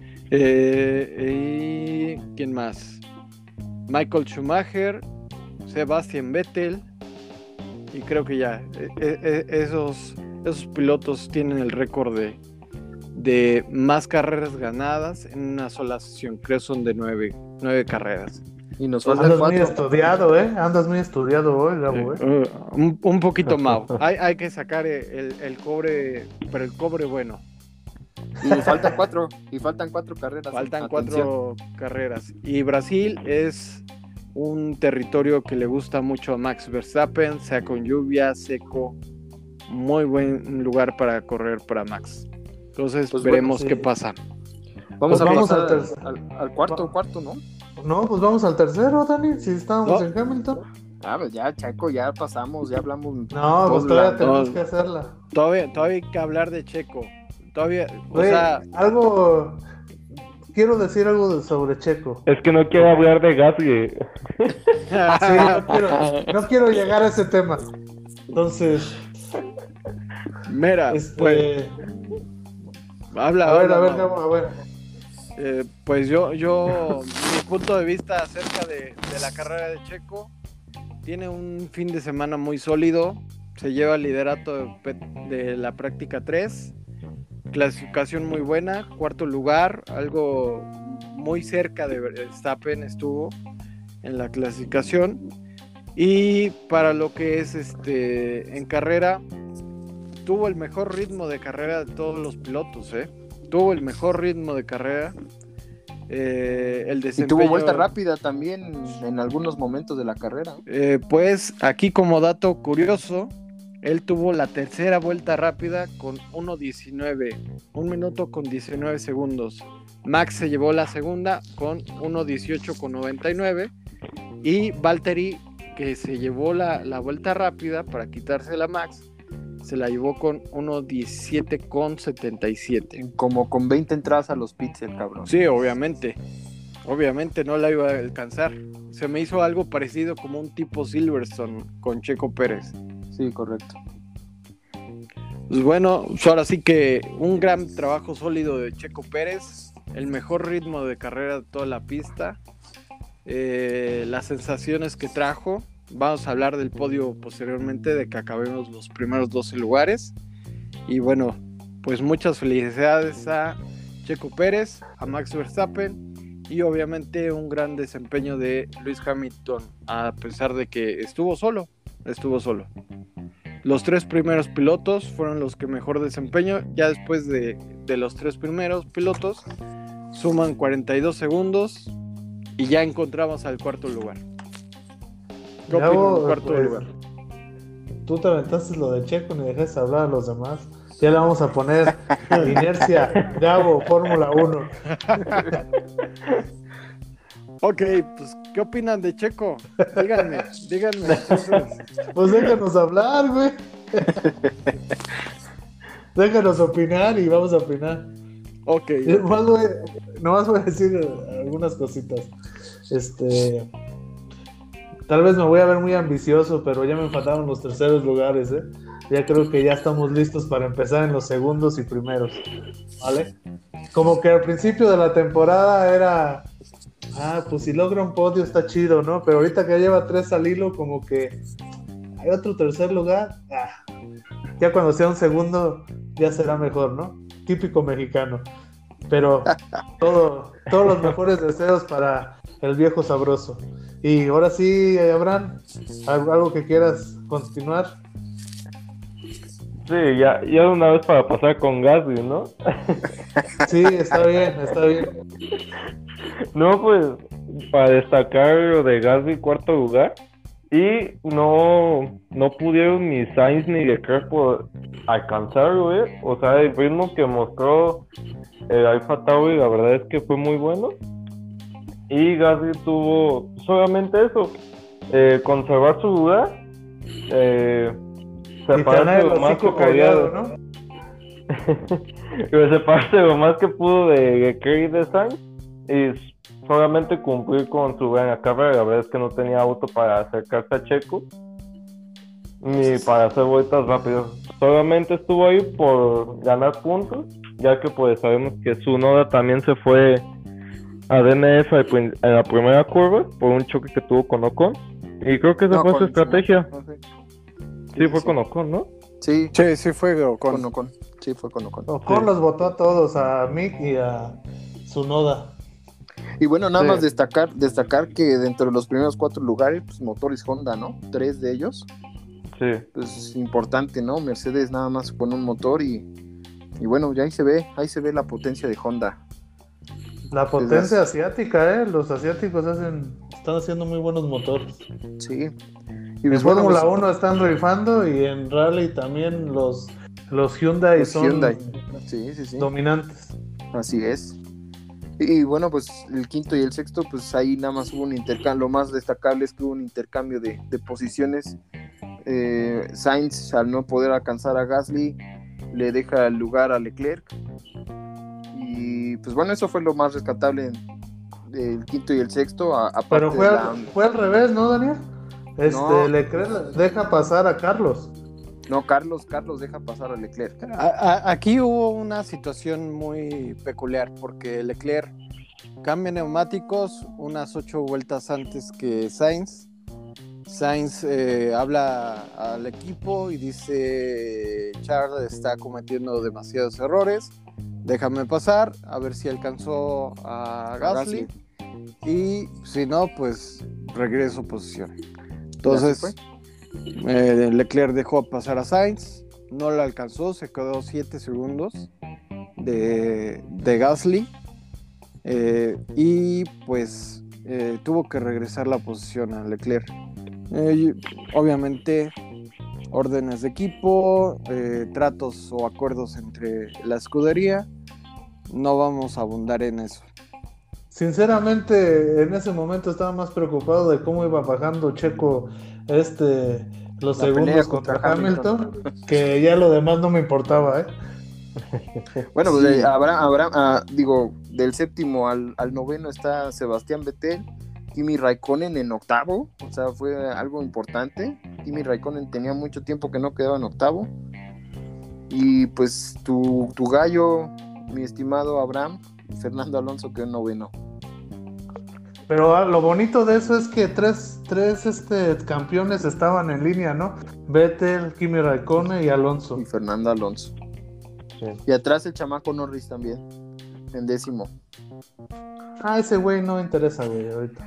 eh, y ¿quién más? Michael Schumacher, Sebastian Vettel, y creo que ya eh, eh, esos, esos pilotos tienen el récord de, de más carreras ganadas en una sola sesión. Creo son de nueve, nueve carreras. Y nos faltan Andas muy cuatro. estudiado, ¿eh? Andas muy estudiado hoy, Gabo, ¿eh? Eh, uh, un, un poquito más. Hay, hay que sacar el, el cobre, pero el cobre bueno. Y faltan cuatro. Y faltan cuatro carreras. Faltan Atención. cuatro carreras. Y Brasil es un territorio que le gusta mucho a Max Verstappen, sea con lluvia, seco. Muy buen lugar para correr para Max. Entonces Pues veremos bueno, sí. qué pasa. Vamos Pues a vamos pasar al tercer- al, al cuarto, Va- cuarto, ¿no? No, pues vamos al tercero, Dani, si estábamos No. en Hamilton. Ah, pues ya, Chaco, ya pasamos, ya hablamos. No, todos pues todavía la- tenemos no. que hacerla. Todavía, todavía hay que hablar de Checo. Todavía, o Güey, sea, algo... Quiero decir algo de- sobre Checo. Es que no quiero hablar de Gasly. Sí, no quiero, no quiero llegar a ese tema. Entonces, mira, este... pues, habla, a ver, habla, a ver, Mau. Gabo, a ver. Eh, pues yo, yo, mi punto de vista acerca de, de la carrera de Checo, tiene un fin de semana muy sólido, se lleva el liderato de, pe- de la práctica tres, clasificación muy buena, cuarto lugar, algo muy cerca de Verstappen estuvo en la clasificación, y para lo que es este en carrera, tuvo el mejor ritmo de carrera de todos los pilotos, ¿eh? Tuvo el mejor ritmo de carrera. Eh, el Y desempeño, tuvo vuelta rápida también en algunos momentos de la carrera. eh, pues aquí como dato curioso, Él tuvo la tercera vuelta rápida con uno diecinueve, un minuto con diecinueve segundos. Max se llevó la segunda con uno dieciocho con noventa y nueve. Y Valtteri, que se llevó la, la vuelta rápida para quitarse la Max, se la llevó con uno diecisiete con setenta y siete. Como con veinte entradas a los pits el cabrón. Sí, obviamente. Obviamente no la iba a alcanzar. Se me hizo algo parecido como un tipo Silverstone con Checo Pérez. Sí, correcto. Pues bueno, pues ahora sí que un gran trabajo sólido de Checo Pérez, el mejor ritmo de carrera de toda la pista, eh, las sensaciones que trajo. Vamos a hablar del podio posteriormente, de que acabemos los primeros doce lugares. Y bueno, pues muchas felicidades a Checo Pérez, a Max Verstappen y obviamente un gran desempeño de Lewis Hamilton, a pesar de que estuvo solo, estuvo solo. Los tres primeros pilotos fueron los que mejor desempeño. Ya después de, de los tres primeros pilotos suman cuarenta y dos segundos y ya encontramos al cuarto lugar. ¿Qué Ya opinan vos, del cuarto pues, lugar? Tú te aventaste lo de Checo, ni dejaste hablar a los demás. Ya le vamos a poner inercia, Gabo, Fórmula uno. Ok, pues, ¿qué opinan de Checo? Díganme, díganme. Entonces, Pues déjanos hablar, güey. Déjanos opinar y vamos a opinar. ok. Y Nomás voy, nomás voy a decir algunas cositas. Este, tal vez me voy a ver muy ambicioso, pero ya me faltaron los terceros lugares, ¿eh? Ya creo que ya estamos listos para empezar en los segundos y primeros, ¿vale? Como que al principio de la temporada era, ah, pues si logra un podio está chido, ¿no? Pero ahorita que lleva tres al hilo, como que hay otro tercer lugar, ah, ya cuando sea un segundo ya será mejor, ¿no? Típico mexicano. Pero todo, todos los mejores deseos para el viejo sabroso. Y ahora sí, Abraham, algo, algo que quieras continuar. Sí, ya, ya de una vez para pasar con Gasly, ¿no? Sí, está bien, está bien. No, pues, para destacar lo de Gasly, cuarto lugar. Y no, no pudieron ni Sainz ni Leclerc por alcanzarlo, ¿eh? O sea, el ritmo que mostró el Alfa Tauri, la verdad es que fue muy bueno. Y Gasly tuvo solamente eso, eh, conservar su lugar, eh, separarse lo más que podía, ¿no? separarse lo más que pudo de Leclerc y de Sainz y solamente cumplir con su gran carrera. La verdad es que no tenía auto para acercarse a Checo ni para hacer vueltas rápidas, solamente estuvo ahí por ganar puntos, ya que pues sabemos que Tsunoda también se fue a D N F en la primera curva por un choque que tuvo con Ocon, y creo que esa No, fue su con- estrategia. no sé. Sí, fue sí. con Ocon, ¿no? Sí, Sí, sí fue con... con Ocon. Sí, fue con Ocon. Ocon Sí. los votó a todos, a Mick y a Tsunoda. Y bueno, nada Sí. más destacar, destacar que dentro de los primeros cuatro lugares, pues motores Honda, ¿no? Tres de ellos. Sí. Pues es importante, ¿no? Mercedes nada más con un motor y, y bueno, ya ahí se ve, ahí se ve la potencia de Honda. La potencia asiática, ¿eh? Los asiáticos hacen, están haciendo muy buenos motores. Sí. Y En pues bueno, Fórmula pues, uno están rifando y en Rally también los, los Hyundai los son Hyundai. Sí, sí, sí. dominantes. Así es. Y bueno, pues el quinto y el sexto, pues ahí nada más hubo un intercambio. Lo más destacable es que hubo un intercambio de, de posiciones. Eh, Sainz, al no poder alcanzar a Gasly, le deja el lugar a Leclerc. Y pues bueno, eso fue lo más rescatable del quinto y el sexto. A, aparte Pero fue, de al, la... fue al revés, ¿no, Daniel? Este, No. Leclerc deja pasar a Carlos. No, Carlos, Carlos deja pasar a Leclerc. A- a- aquí hubo una situación muy peculiar porque Leclerc cambia neumáticos unas ocho vueltas antes que Sainz. Sainz eh, habla al equipo y dice: Charles está cometiendo demasiados errores, déjame pasar, a ver si alcanzó a Gasly, y si no, pues regreso posición. Entonces eh, Leclerc dejó pasar a Sainz, no lo alcanzó, se quedó siete segundos de, de Gasly, eh, y pues eh, tuvo que regresar la posición a Leclerc. Eh, obviamente órdenes de equipo, eh, tratos o acuerdos entre la escudería. No vamos a abundar en eso. Sinceramente, en ese momento estaba más preocupado de cómo iba bajando Checo este los La segundos pelea contra, contra Hamilton, Hamilton. que ya lo demás no me importaba, ¿eh? Bueno, pues Sí. eh, habrá, habrá ah, digo, del séptimo al, al noveno está Sebastián Vettel, Kimi Raikkonen en octavo, o sea, fue algo importante. Kimi Raikkonen tenía mucho tiempo que no quedaba en octavo. Y pues tu, tu gallo, mi estimado Abraham, Fernando Alonso, quedó en noveno. Pero ah, lo bonito de eso es que tres, tres este, campeones estaban en línea, ¿no? Vettel, Kimi Raikkonen y Alonso. Y Fernando Alonso. Sí. Y atrás el chamaco Norris también, en décimo. Ah, ese güey no me interesa, güey, ahorita.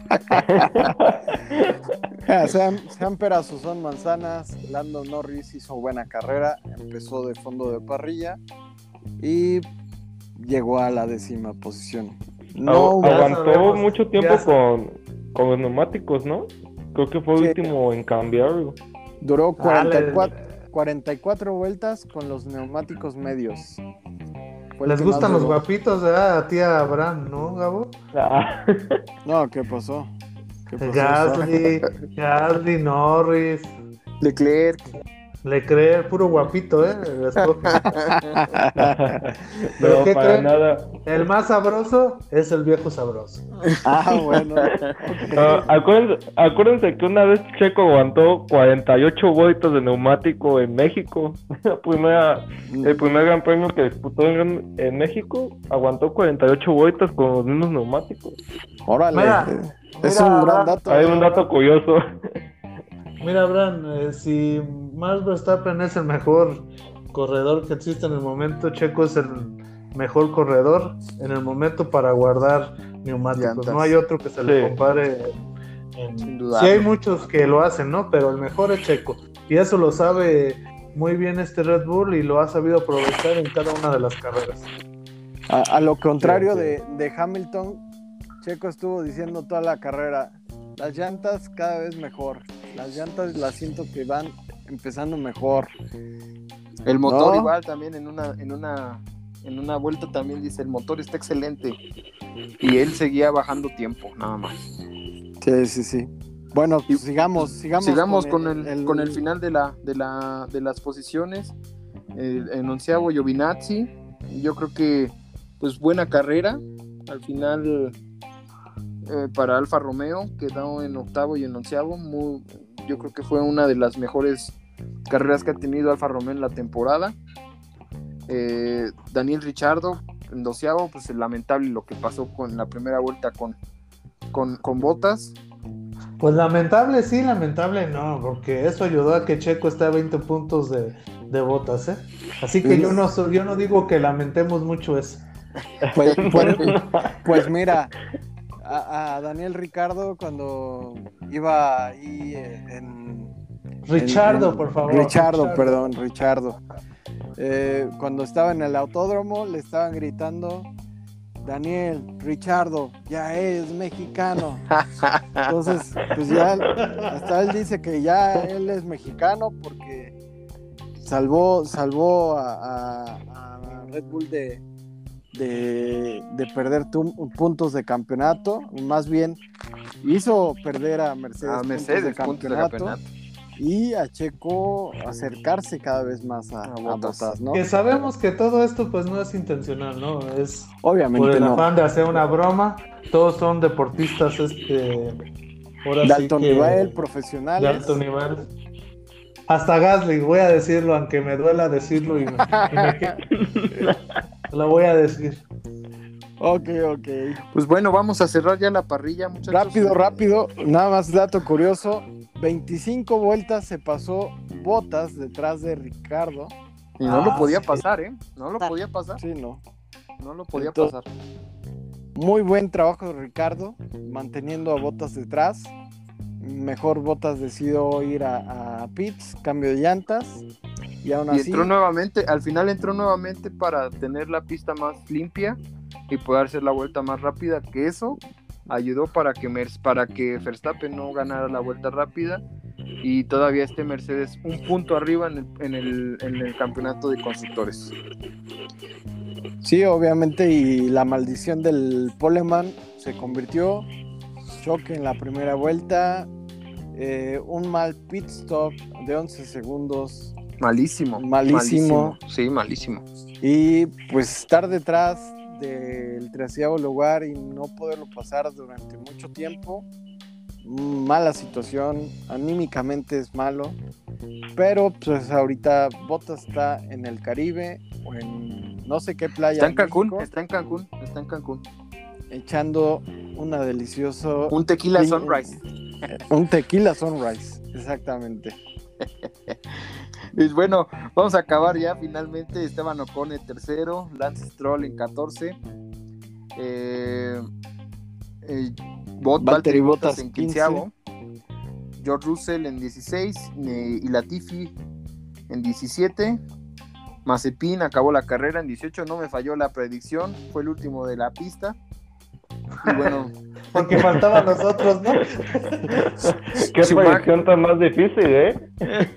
Ja, sean, sean peras o son manzanas, Lando Norris hizo buena carrera, empezó de fondo de parrilla y llegó a la décima posición. No, Agu- ya aguantó sabemos, mucho tiempo ya sa- con, con los neumáticos, ¿no? Creo que fue el Sí. último en cambiarlo. duró Ah, cuarenta y le- cuatro, cuarenta y cuatro vueltas con los neumáticos medios. Fue el Les que gustan más los duró. guapitos, ¿verdad? A tía Abraham, ¿no, Gabo? Ah, No, ¿qué pasó? ¿Qué pasó? Gasly, Gasly, Norris, Leclerc. Leclerc, puro guapito, ¿eh? Escoge. ¿Pero no, qué para creen? nada. El más sabroso es el viejo sabroso. Ah, bueno. Ah, acuérdense, acuérdense que una vez Checo aguantó cuarenta y ocho vueltas de neumático en México. La primera, el primer gran premio que disputó en, en México aguantó cuarenta y ocho vueltas con los mismos neumáticos. Órale. Mira, es mira, un gran Abraham, dato. Hay un dato curioso. Mira, Abraham, eh, si Max Verstappen es el mejor corredor que existe en el momento, Checo es el mejor corredor en el momento para guardar neumáticos. Llantas. No hay otro que se le Sí. compare. En... Sin Sí dudarlo. hay muchos que lo hacen, ¿no? Pero el mejor es Checo. Y eso lo sabe muy bien este Red Bull y lo ha sabido aprovechar en cada una de las carreras. A, a lo contrario Sí, sí. De, de Hamilton, Checo estuvo diciendo toda la carrera, las llantas cada vez mejor, las llantas las siento que van empezando mejor. El motor No. igual también en una, en una, en una vuelta también dice el motor está excelente. Y él seguía bajando tiempo, nada más. Sí, sí, sí. Bueno, pues sigamos, sigamos, Sigamos con el, con el final de la, de la, de las posiciones. El, el onceavo Giovinazzi. Yo creo que pues buena carrera. Al final eh, para Alfa Romeo quedó en octavo y en onceavo. Muy, yo creo que fue una de las mejores carreras que ha tenido Alfa Romeo en la temporada. Eh, Daniel Ricciardo en doceavo, pues lamentable lo que pasó con la primera vuelta con, con, con Bottas. Pues lamentable sí, lamentable no, porque eso ayudó a que Checo esté a veinte puntos de, de botas, ¿eh? Así que yo no, so- yo no digo que lamentemos mucho eso. Pues, pues, pues mira, a, a Daniel Ricardo cuando iba ahí en... Richardo, en- en- por favor. Richardo, Richardo. perdón, Richardo. Eh, cuando estaba en el autódromo le estaban gritando, Daniel, Richardo, ya es mexicano. Entonces, pues ya, hasta él dice que ya él es mexicano porque salvó, salvó a, a- a Red Bull de, de, de perder tu- puntos de campeonato, más bien hizo perder a Mercedes, A Mercedes, puntos puntos de de campeonato, campeonato. y a Checo acercarse cada vez más a, A a Bottas. Bottas, ¿no? Que sabemos que todo esto pues no es intencional, ¿no? Es por Obviamente el no. afán de hacer una broma. Todos son deportistas, este, ahora De sí alto que- nivel, de profesionales. alto nivel. Hasta Gasly, voy a decirlo, aunque me duela decirlo y me, y me que- lo voy a decir. Ok, ok. Pues bueno, vamos a cerrar ya la parrilla, muchachos. Rápido, rápido, nada más dato curioso, veinticinco vueltas se pasó Bottas detrás de Ricardo. Y no lo Ah, podía sí. pasar, ¿eh? No lo podía pasar. Sí, no. No lo podía Entonces- pasar. Muy buen trabajo de Ricardo, manteniendo a Bottas detrás. Mejor Bottas decidió ir a, a pits, cambio de llantas. Y aún Y así, entró nuevamente, al final entró nuevamente para tener la pista más limpia y poder hacer la vuelta más rápida, que eso ayudó para que, Mer- para que Verstappen no ganara la vuelta rápida y todavía esté Mercedes un punto arriba en el, en el, en el campeonato de constructores. Sí, obviamente, y la maldición del poleman se convirtió, choque en la primera vuelta, eh, un mal pit stop de once segundos. Malísimo, malísimo. Malísimo. Sí, malísimo. Y pues estar detrás del treceavo lugar y no poderlo pasar durante mucho tiempo, mala situación, anímicamente es malo, pero pues ahorita Bottas está en el Caribe o en no sé qué playa. Está en Cancún, México, está en Cancún, está en Cancún. Echando una delicioso... Un tequila pin- sunrise. Un tequila sunrise, exactamente. Y bueno, vamos a acabar ya finalmente. Esteban Ocon en tercero, Lance Stroll en catorce, eh, eh, Bot, Valtteri Bottas en quinceavo, George Russell en dieciséis eh, y Latifi en diecisiete. Mazepin acabó la carrera en dieciocho, no me falló la predicción, fue el último de la pista. Y bueno, Porque faltaban los otros, ¿no? Qué Schumacher. predicción tan más difícil, ¿eh?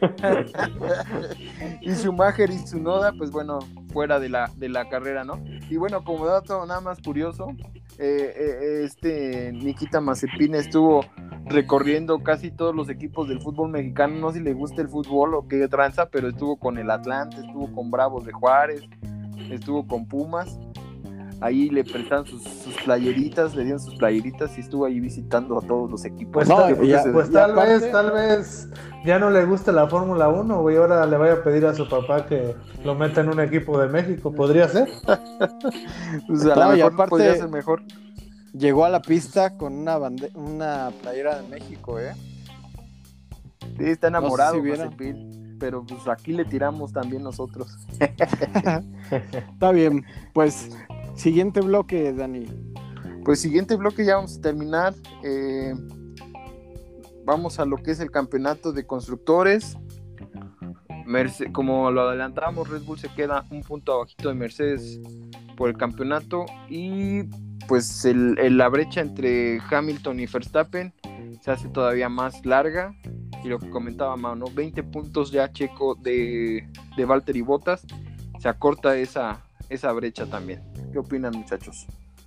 y Schumacher y Tsunoda, pues bueno, fuera de la, de la carrera, ¿no? Y bueno, como dato nada más curioso, eh, eh, este Nikita Mazepin estuvo recorriendo casi todos los equipos del fútbol mexicano, no sé si le gusta el fútbol o qué tranza, pero estuvo con el Atlante, estuvo con Bravos de Juárez, estuvo con Pumas. Ahí le prestaron sus, sus playeritas, le dieron sus playeritas y estuvo ahí visitando a todos los equipos. Pues, No, tal, ya- pues y tal aparte- vez, tal vez ya no le guste la Fórmula uno, güey. Ahora le vaya a pedir a su papá que lo meta en un equipo de México. ¿Podría ser? Pues a No, lo y mejor aparte- podría ser mejor. Llegó a la pista con una, bande- una playera de México, ¿eh? Sí, está enamorado, No sé si vieron. Mazepin, pero pues aquí le tiramos también nosotros. Está bien, pues siguiente bloque, Dani. Pues siguiente bloque ya vamos a terminar. Eh, vamos a lo que es el campeonato de constructores. Merce- como lo adelantamos, Red Bull se queda un punto abajito de Mercedes por el campeonato y pues el, el- la brecha entre Hamilton y Verstappen se hace todavía más larga y lo que comentaba Mao, ¿no? veinte puntos ya Checo de, de Valtteri Bottas, se acorta esa, esa brecha también. ¿Qué opinan, muchachos?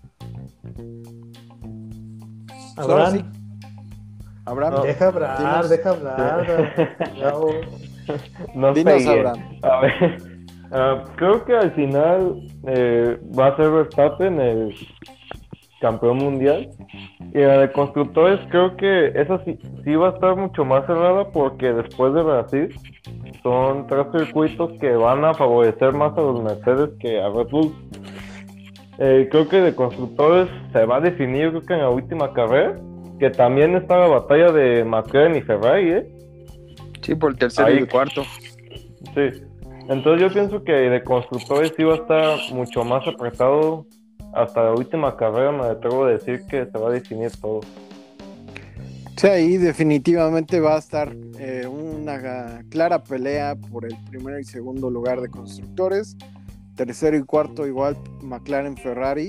Ahora sí. Abraham, Abraham, no, deja hablar, dinos. deja hablar. Bravo. No Dinos, pegué. Abraham. A ver, ah, creo que al final eh, va a ser Verstappen el campeón mundial. Y la de constructores creo que esa sí, sí va a estar mucho más cerrada porque después de Brasil son tres circuitos que van a favorecer más a los Mercedes que a Red Bull. Eh, creo que de constructores se va a definir creo que en la última carrera, que también está la batalla de McLaren y Ferrari, ¿eh? Sí, por el tercero Ahí. y el cuarto. Sí, entonces yo pienso que de constructores sí va a estar mucho más apretado. Hasta la última carrera me atrevo a decir que se va a definir todo. Sí, ahí definitivamente va a estar eh, una clara pelea por el primer y segundo lugar de constructores. Tercero y cuarto igual McLaren, Ferrari.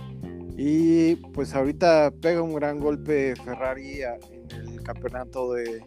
Y pues ahorita pega un gran golpe Ferrari a- en el campeonato de,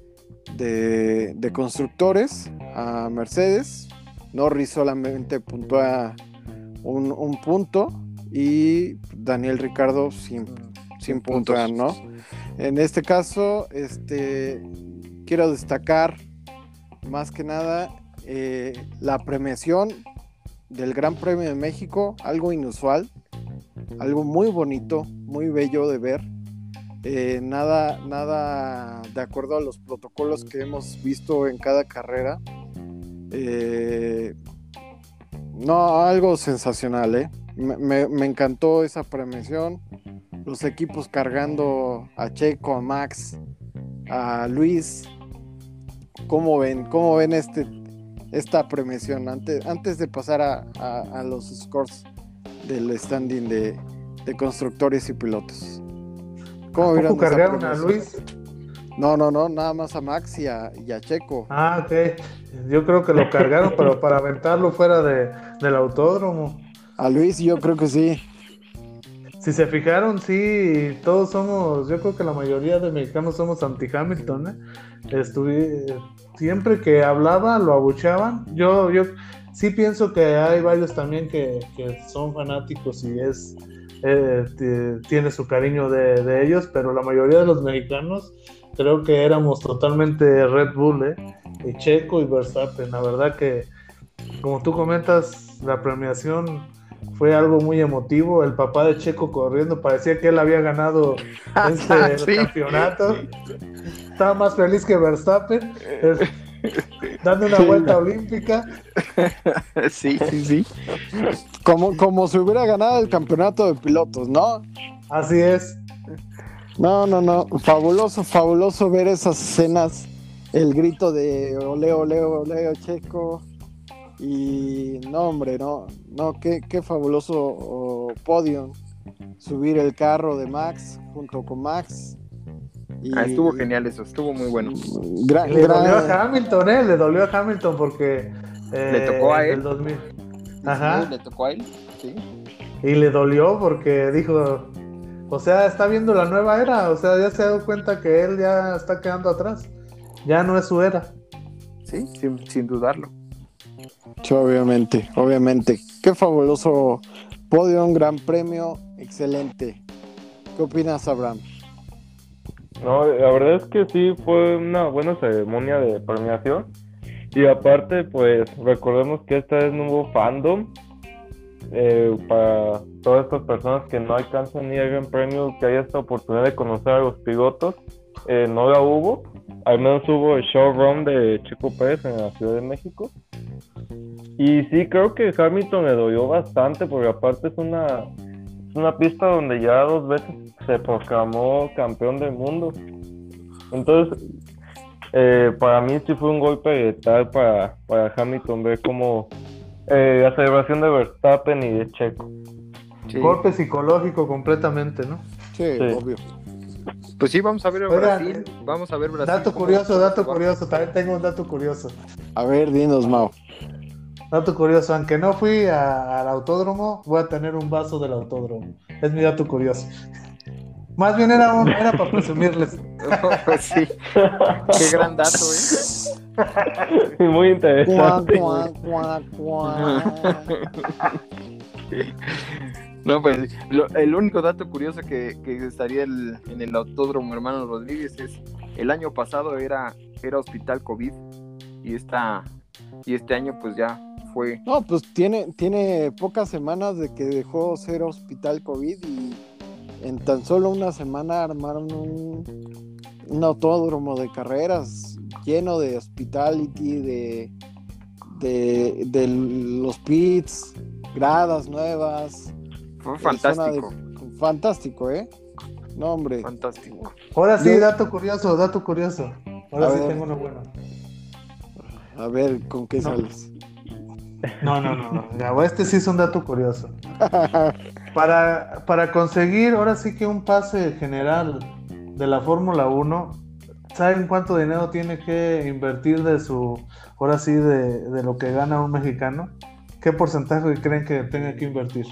de, de constructores a Mercedes. Norris solamente puntúa un, un punto y Daniel Ricciardo sin, sin puntuar, ¿no? En este caso, este, quiero destacar más que nada eh, la premiación del Gran Premio de México, algo inusual, algo muy bonito, muy bello de ver. Eh, nada, nada de acuerdo a los protocolos que hemos visto en cada carrera. Eh, no, algo sensacional, ¿eh? Me, me, me encantó esa premiación. Los equipos cargando a Checo, a Max, a Luis. ¿Cómo ven? ¿Cómo ven este, esta premiación? Antes, antes de pasar a, a, a los scores del standing de, de constructores y pilotos. ¿Cómo ¿A vieron poco esa cargaron a premiación? Luis? No, no, no, nada más a Max y a, y a Checo. Ah, ok. Yo creo que lo cargaron, pero para aventarlo fuera de, del autódromo. A Luis yo creo que sí. si se fijaron, sí, todos somos, yo creo que la mayoría de mexicanos somos anti-Hamilton, ¿eh? Estuve, siempre que hablaba lo abucheaban. Yo, yo sí pienso que hay varios también que, que son fanáticos y es eh, t- tiene su cariño de, de ellos, pero la mayoría de los mexicanos creo que éramos totalmente Red Bull, ¿eh? Y Checo y Verstappen. La verdad que, como tú comentas, la premiación fue algo muy emotivo. El papá de Checo corriendo, parecía que él había ganado este Sí. campeonato. Estaba más feliz que Verstappen, eh, dando una Sí. vuelta olímpica. Sí, sí, sí. Como, como si hubiera ganado el campeonato de pilotos, ¿no? Así es. No, no, no. Fabuloso, fabuloso ver esas escenas. El grito de ole, ole, ole, Checo. Y no, hombre, no, no, qué, qué fabuloso oh, podio. Subir el carro de Max junto con Max. Y Ah, estuvo genial eso, estuvo muy bueno. Gran, Le gran- dolió a Hamilton, ¿eh? Le dolió a Hamilton porque... eh, ¿Le tocó a en él? el dos mil. ¿Le Ajá. tocó a él? Sí. Y le dolió porque dijo... O sea, está viendo la nueva era. O sea, ya se ha dado cuenta que él ya está quedando atrás. Ya no es su era. Sí, sin, sin dudarlo. Sí, obviamente, obviamente. Qué fabuloso podio, un gran premio, excelente. ¿Qué opinas, Abraham? No, la verdad es que sí fue una buena ceremonia de premiación. Y aparte, pues recordemos que esta vez no hubo fandom. Eh, para todas estas personas que no alcanzan ni el Gran Premio, que haya esta oportunidad de conocer a los pilotos, eh, no la hubo. Al menos hubo el showrun de Checo Pérez en la Ciudad de México. Y sí, creo que Hamilton le dolió bastante, porque aparte es una, es una pista donde ya dos veces se proclamó campeón del mundo. Entonces, eh, para mí sí fue un golpe letal para, para Hamilton ver cómo eh, la celebración de Verstappen y de Checo. Sí. Golpe psicológico completamente, ¿no? Sí, Sí. obvio. Pues sí, vamos a ver a Oigan, Brasil. Vamos a ver Brasil. Dato cómo- curioso, cómo dato se va. curioso. También tengo un dato curioso. A ver, dinos, Mau. Dato curioso. Aunque no fui a- al autódromo, voy a tener un vaso del autódromo. Es mi dato curioso. Más bien era, un, era para presumirles. Pues sí. Qué gran dato, ¿eh? Muy Cuac, interesante. cuac, cuac, cuac. No, pues lo- el único dato curioso que, que estaría el- en el autódromo Hermano Rodríguez es el año pasado era, era hospital COVID y esta y este año pues ya fue. No, pues tiene, tiene pocas semanas de que dejó ser hospital COVID y en tan solo una semana armaron un, un autódromo de carreras lleno de hospitality, de, de, de los pits, gradas nuevas. Fue eh, zona fantástico, de- fantástico, ¿eh? No, hombre. fantástico. Ahora sí, Yo- dato curioso, dato curioso. Ahora A sí ver. tengo uno bueno. A ver, ¿con qué No. sales? No, no, no, no. Ya, este sí es un dato curioso. Para, para conseguir ahora sí que un pase general de la Fórmula uno, ¿saben cuánto dinero tiene que invertir de su, ahora sí, de, de lo que gana un mexicano? ¿Qué porcentaje creen que tenga que invertir?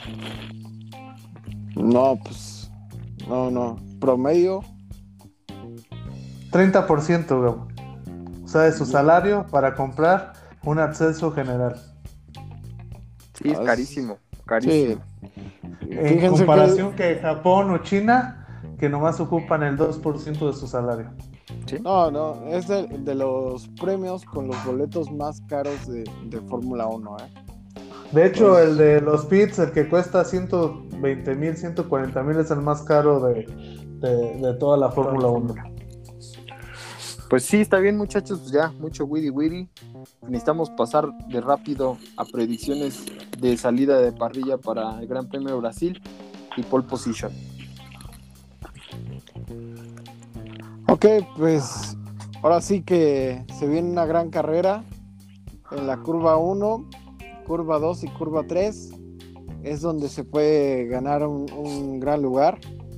No, pues. No, no. Promedio. treinta por ciento, Gabo. O sea, de su salario para comprar un acceso general. Sí, es Ah, carísimo, Sí. carísimo. En Fíjense comparación que... Japón o China, que nomás ocupan el dos por ciento de su salario. ¿Sí? No, no, es de, de los premios con los boletos más caros de, de Fórmula uno, ¿eh? De hecho, Pues- el de los pits, el que cuesta ciento veinte mil, ciento cuarenta mil, es el más caro de, de, de toda la Fórmula uno. Pues sí, está bien, muchachos, pues ya, mucho witty witty. Necesitamos pasar de rápido a predicciones de salida de parrilla para el Gran Premio de Brasil y pole position. Ok, pues ahora sí que se viene una gran carrera en la curva uno, curva dos y curva tres. Es donde se puede ganar un, un gran lugar.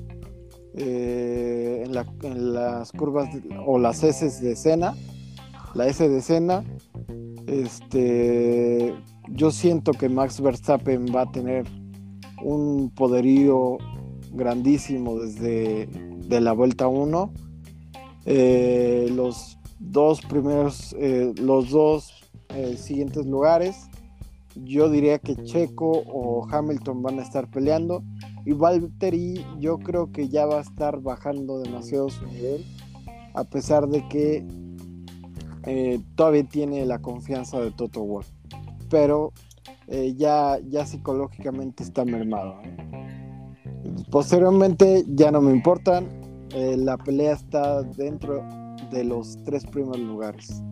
Eh, en, la- en las curvas de- o las S de Senna, la S de Senna, este, yo siento que Max Verstappen va a tener un poderío grandísimo desde de la vuelta uno. Eh, los dos primeros, eh, los dos eh, siguientes lugares, yo diría que Checo o Hamilton van a estar peleando, y Valtteri yo creo que ya va a estar bajando demasiado su nivel, a pesar de que eh, todavía tiene la confianza de Toto Wolff, pero eh, ya, ya psicológicamente está mermado, ¿eh? Posteriormente ya no me importan, eh, la pelea está dentro de los tres primeros lugares.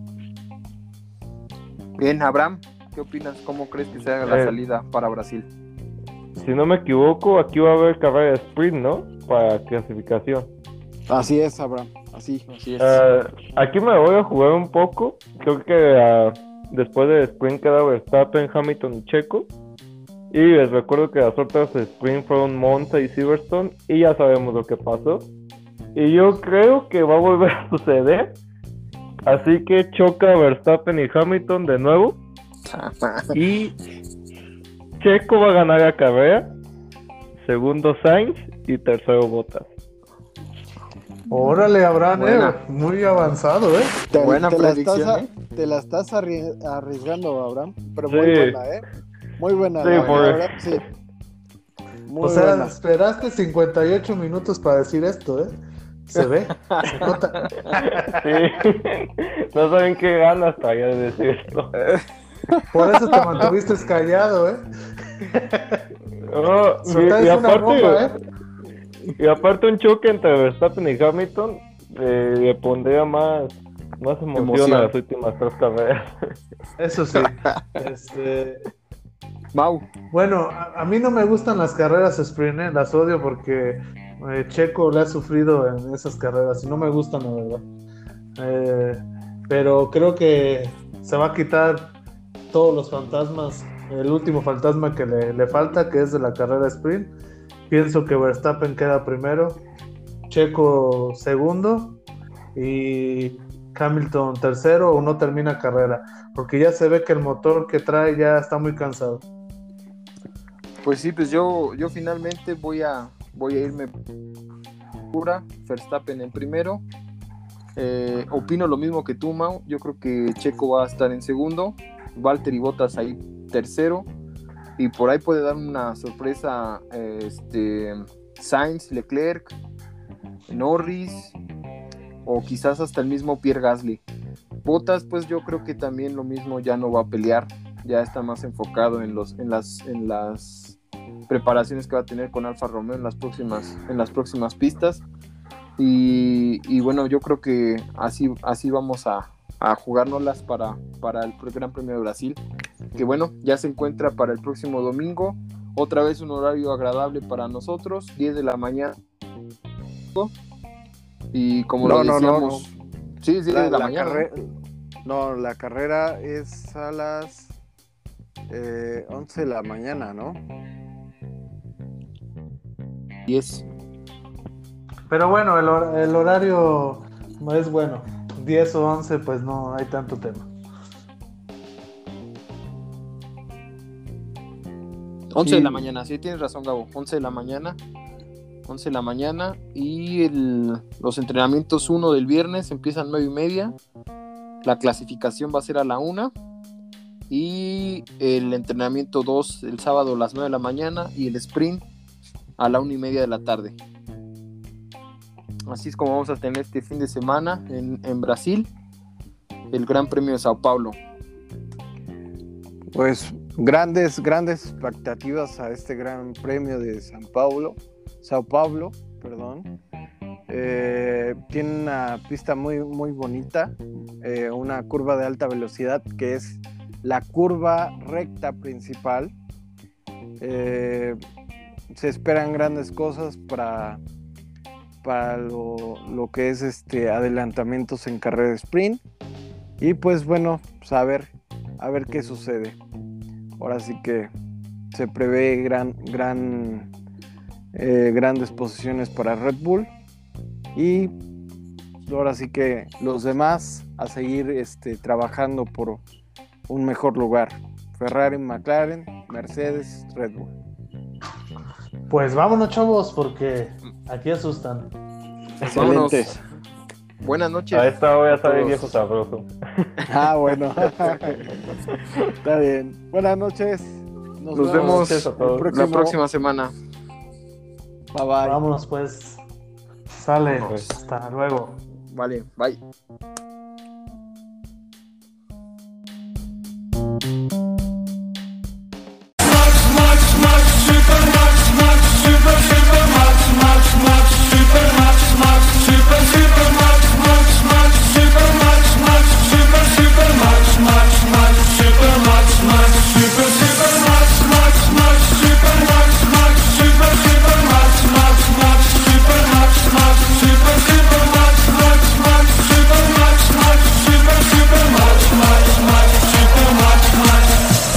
Bien, Abraham, ¿qué opinas? ¿Cómo crees que sea la Eh, salida para Brasil? Si no me equivoco, aquí va a haber carrera de sprint, ¿no? Para clasificación. Así es, Abraham, así. Así es. Uh, aquí me voy a jugar un poco. Creo que uh, después de sprint queda Verstappen, Hamilton y Checo. Y les recuerdo que las otras sprint fueron Monza y Silverstone. Y ya sabemos lo que pasó. Y yo creo que va a volver a suceder. Así que choca Verstappen y Hamilton de nuevo. Y Checo va a ganar la carrera. Segundo Sainz y tercero Bottas. Órale, Abraham, Buena. eh, muy avanzado, ¿eh? Te, Buena te la predicción, estás, a- ¿eh? te la estás arri- arriesgando, Abraham, pero muy Sí. buena, ¿eh? Muy buena, Sí, la, por- la verdad, sí. Muy O sea, buena. esperaste cincuenta y ocho minutos para decir esto, ¿eh? Se ve, se nota. Sí. No saben qué gana hasta ya de decir esto. Por eso te mantuviste callado, ¿eh? No, y, Soltaste y una aparte, bomba, ¿eh? y aparte un choque entre Verstappen y Hamilton eh, le pondría más, más emoción, Emoción. a las últimas tres carreras. Eso sí. Este, Mau, bueno, a, a mí no me gustan las carreras sprint, ¿eh? Las odio porque eh, Checo le ha sufrido en esas carreras y no me gustan, la verdad. Eh, pero creo que se va a quitar todos los fantasmas, el último fantasma que le, le falta, que es de la carrera sprint. Pienso que Verstappen queda primero, Checo segundo y Hamilton tercero, o no termina carrera, porque ya se ve que el motor que trae ya está muy cansado. pues sí, pues yo, yo finalmente voy a, voy a irme pura, Verstappen en primero. Eh, opino lo mismo que tú, Mau. Yo creo que Checo va a estar en segundo, Valtteri Bottas ahí tercero, y por ahí puede dar una sorpresa eh, este, Sainz, Leclerc, Norris, o quizás hasta el mismo Pierre Gasly. Bottas, pues yo creo que también lo mismo, ya no va a pelear, ya está más enfocado en los en las en las preparaciones que va a tener con Alfa Romeo en las próximas en las próximas pistas. Y, y bueno, yo creo que así así vamos a, a jugárnoslas para, para el Gran Premio de Brasil, que bueno, ya se encuentra para el próximo domingo, otra vez un horario agradable para nosotros, diez de la mañana, y como No, lo no, no, decíamos, sí, sí, La, de la, la mañana, carre- No, la carrera es a las eh, once de la mañana, ¿no? diez. Pero bueno, el, hor- el horario no es bueno. diez o once, pues no hay tanto tema. once Sí. de la mañana, sí, tienes razón, Gabo. once de la mañana. once de la mañana. Y el, los entrenamientos uno del viernes empiezan nueve y media. La clasificación va a ser a la una. Y el entrenamiento dos el sábado a las nueve de la mañana. Y el sprint a la una y media de la tarde. Así es como vamos a tener este fin de semana en, en Brasil. El Gran Premio de Sao Paulo. Pues grandes, grandes expectativas a este Gran Premio de San Paulo, Sao Paulo, perdón. Eh, tiene una pista muy, muy bonita, eh, una curva de alta velocidad que es la curva recta principal. Eh, se esperan grandes cosas para, para lo, lo que es este adelantamientos en carrera de sprint. Y pues bueno, pues a ver, a ver qué sucede. Ahora sí que se prevé gran, gran, eh, grandes posiciones para Red Bull. Y ahora sí que los demás a seguir este, trabajando por un mejor lugar. Ferrari, McLaren, Mercedes, Red Bull. Pues vámonos, chavos, porque aquí asustan. Vámonos. Excelente. Buenas noches. A esta hora a sale todos. viejo sabroso. Ah, bueno. Está bien. Buenas noches. Nos vemos noches a todos. el la próximo. próxima semana. Bye bye. Vámonos, pues. Sale. Vámonos. Hasta luego. Vale, bye.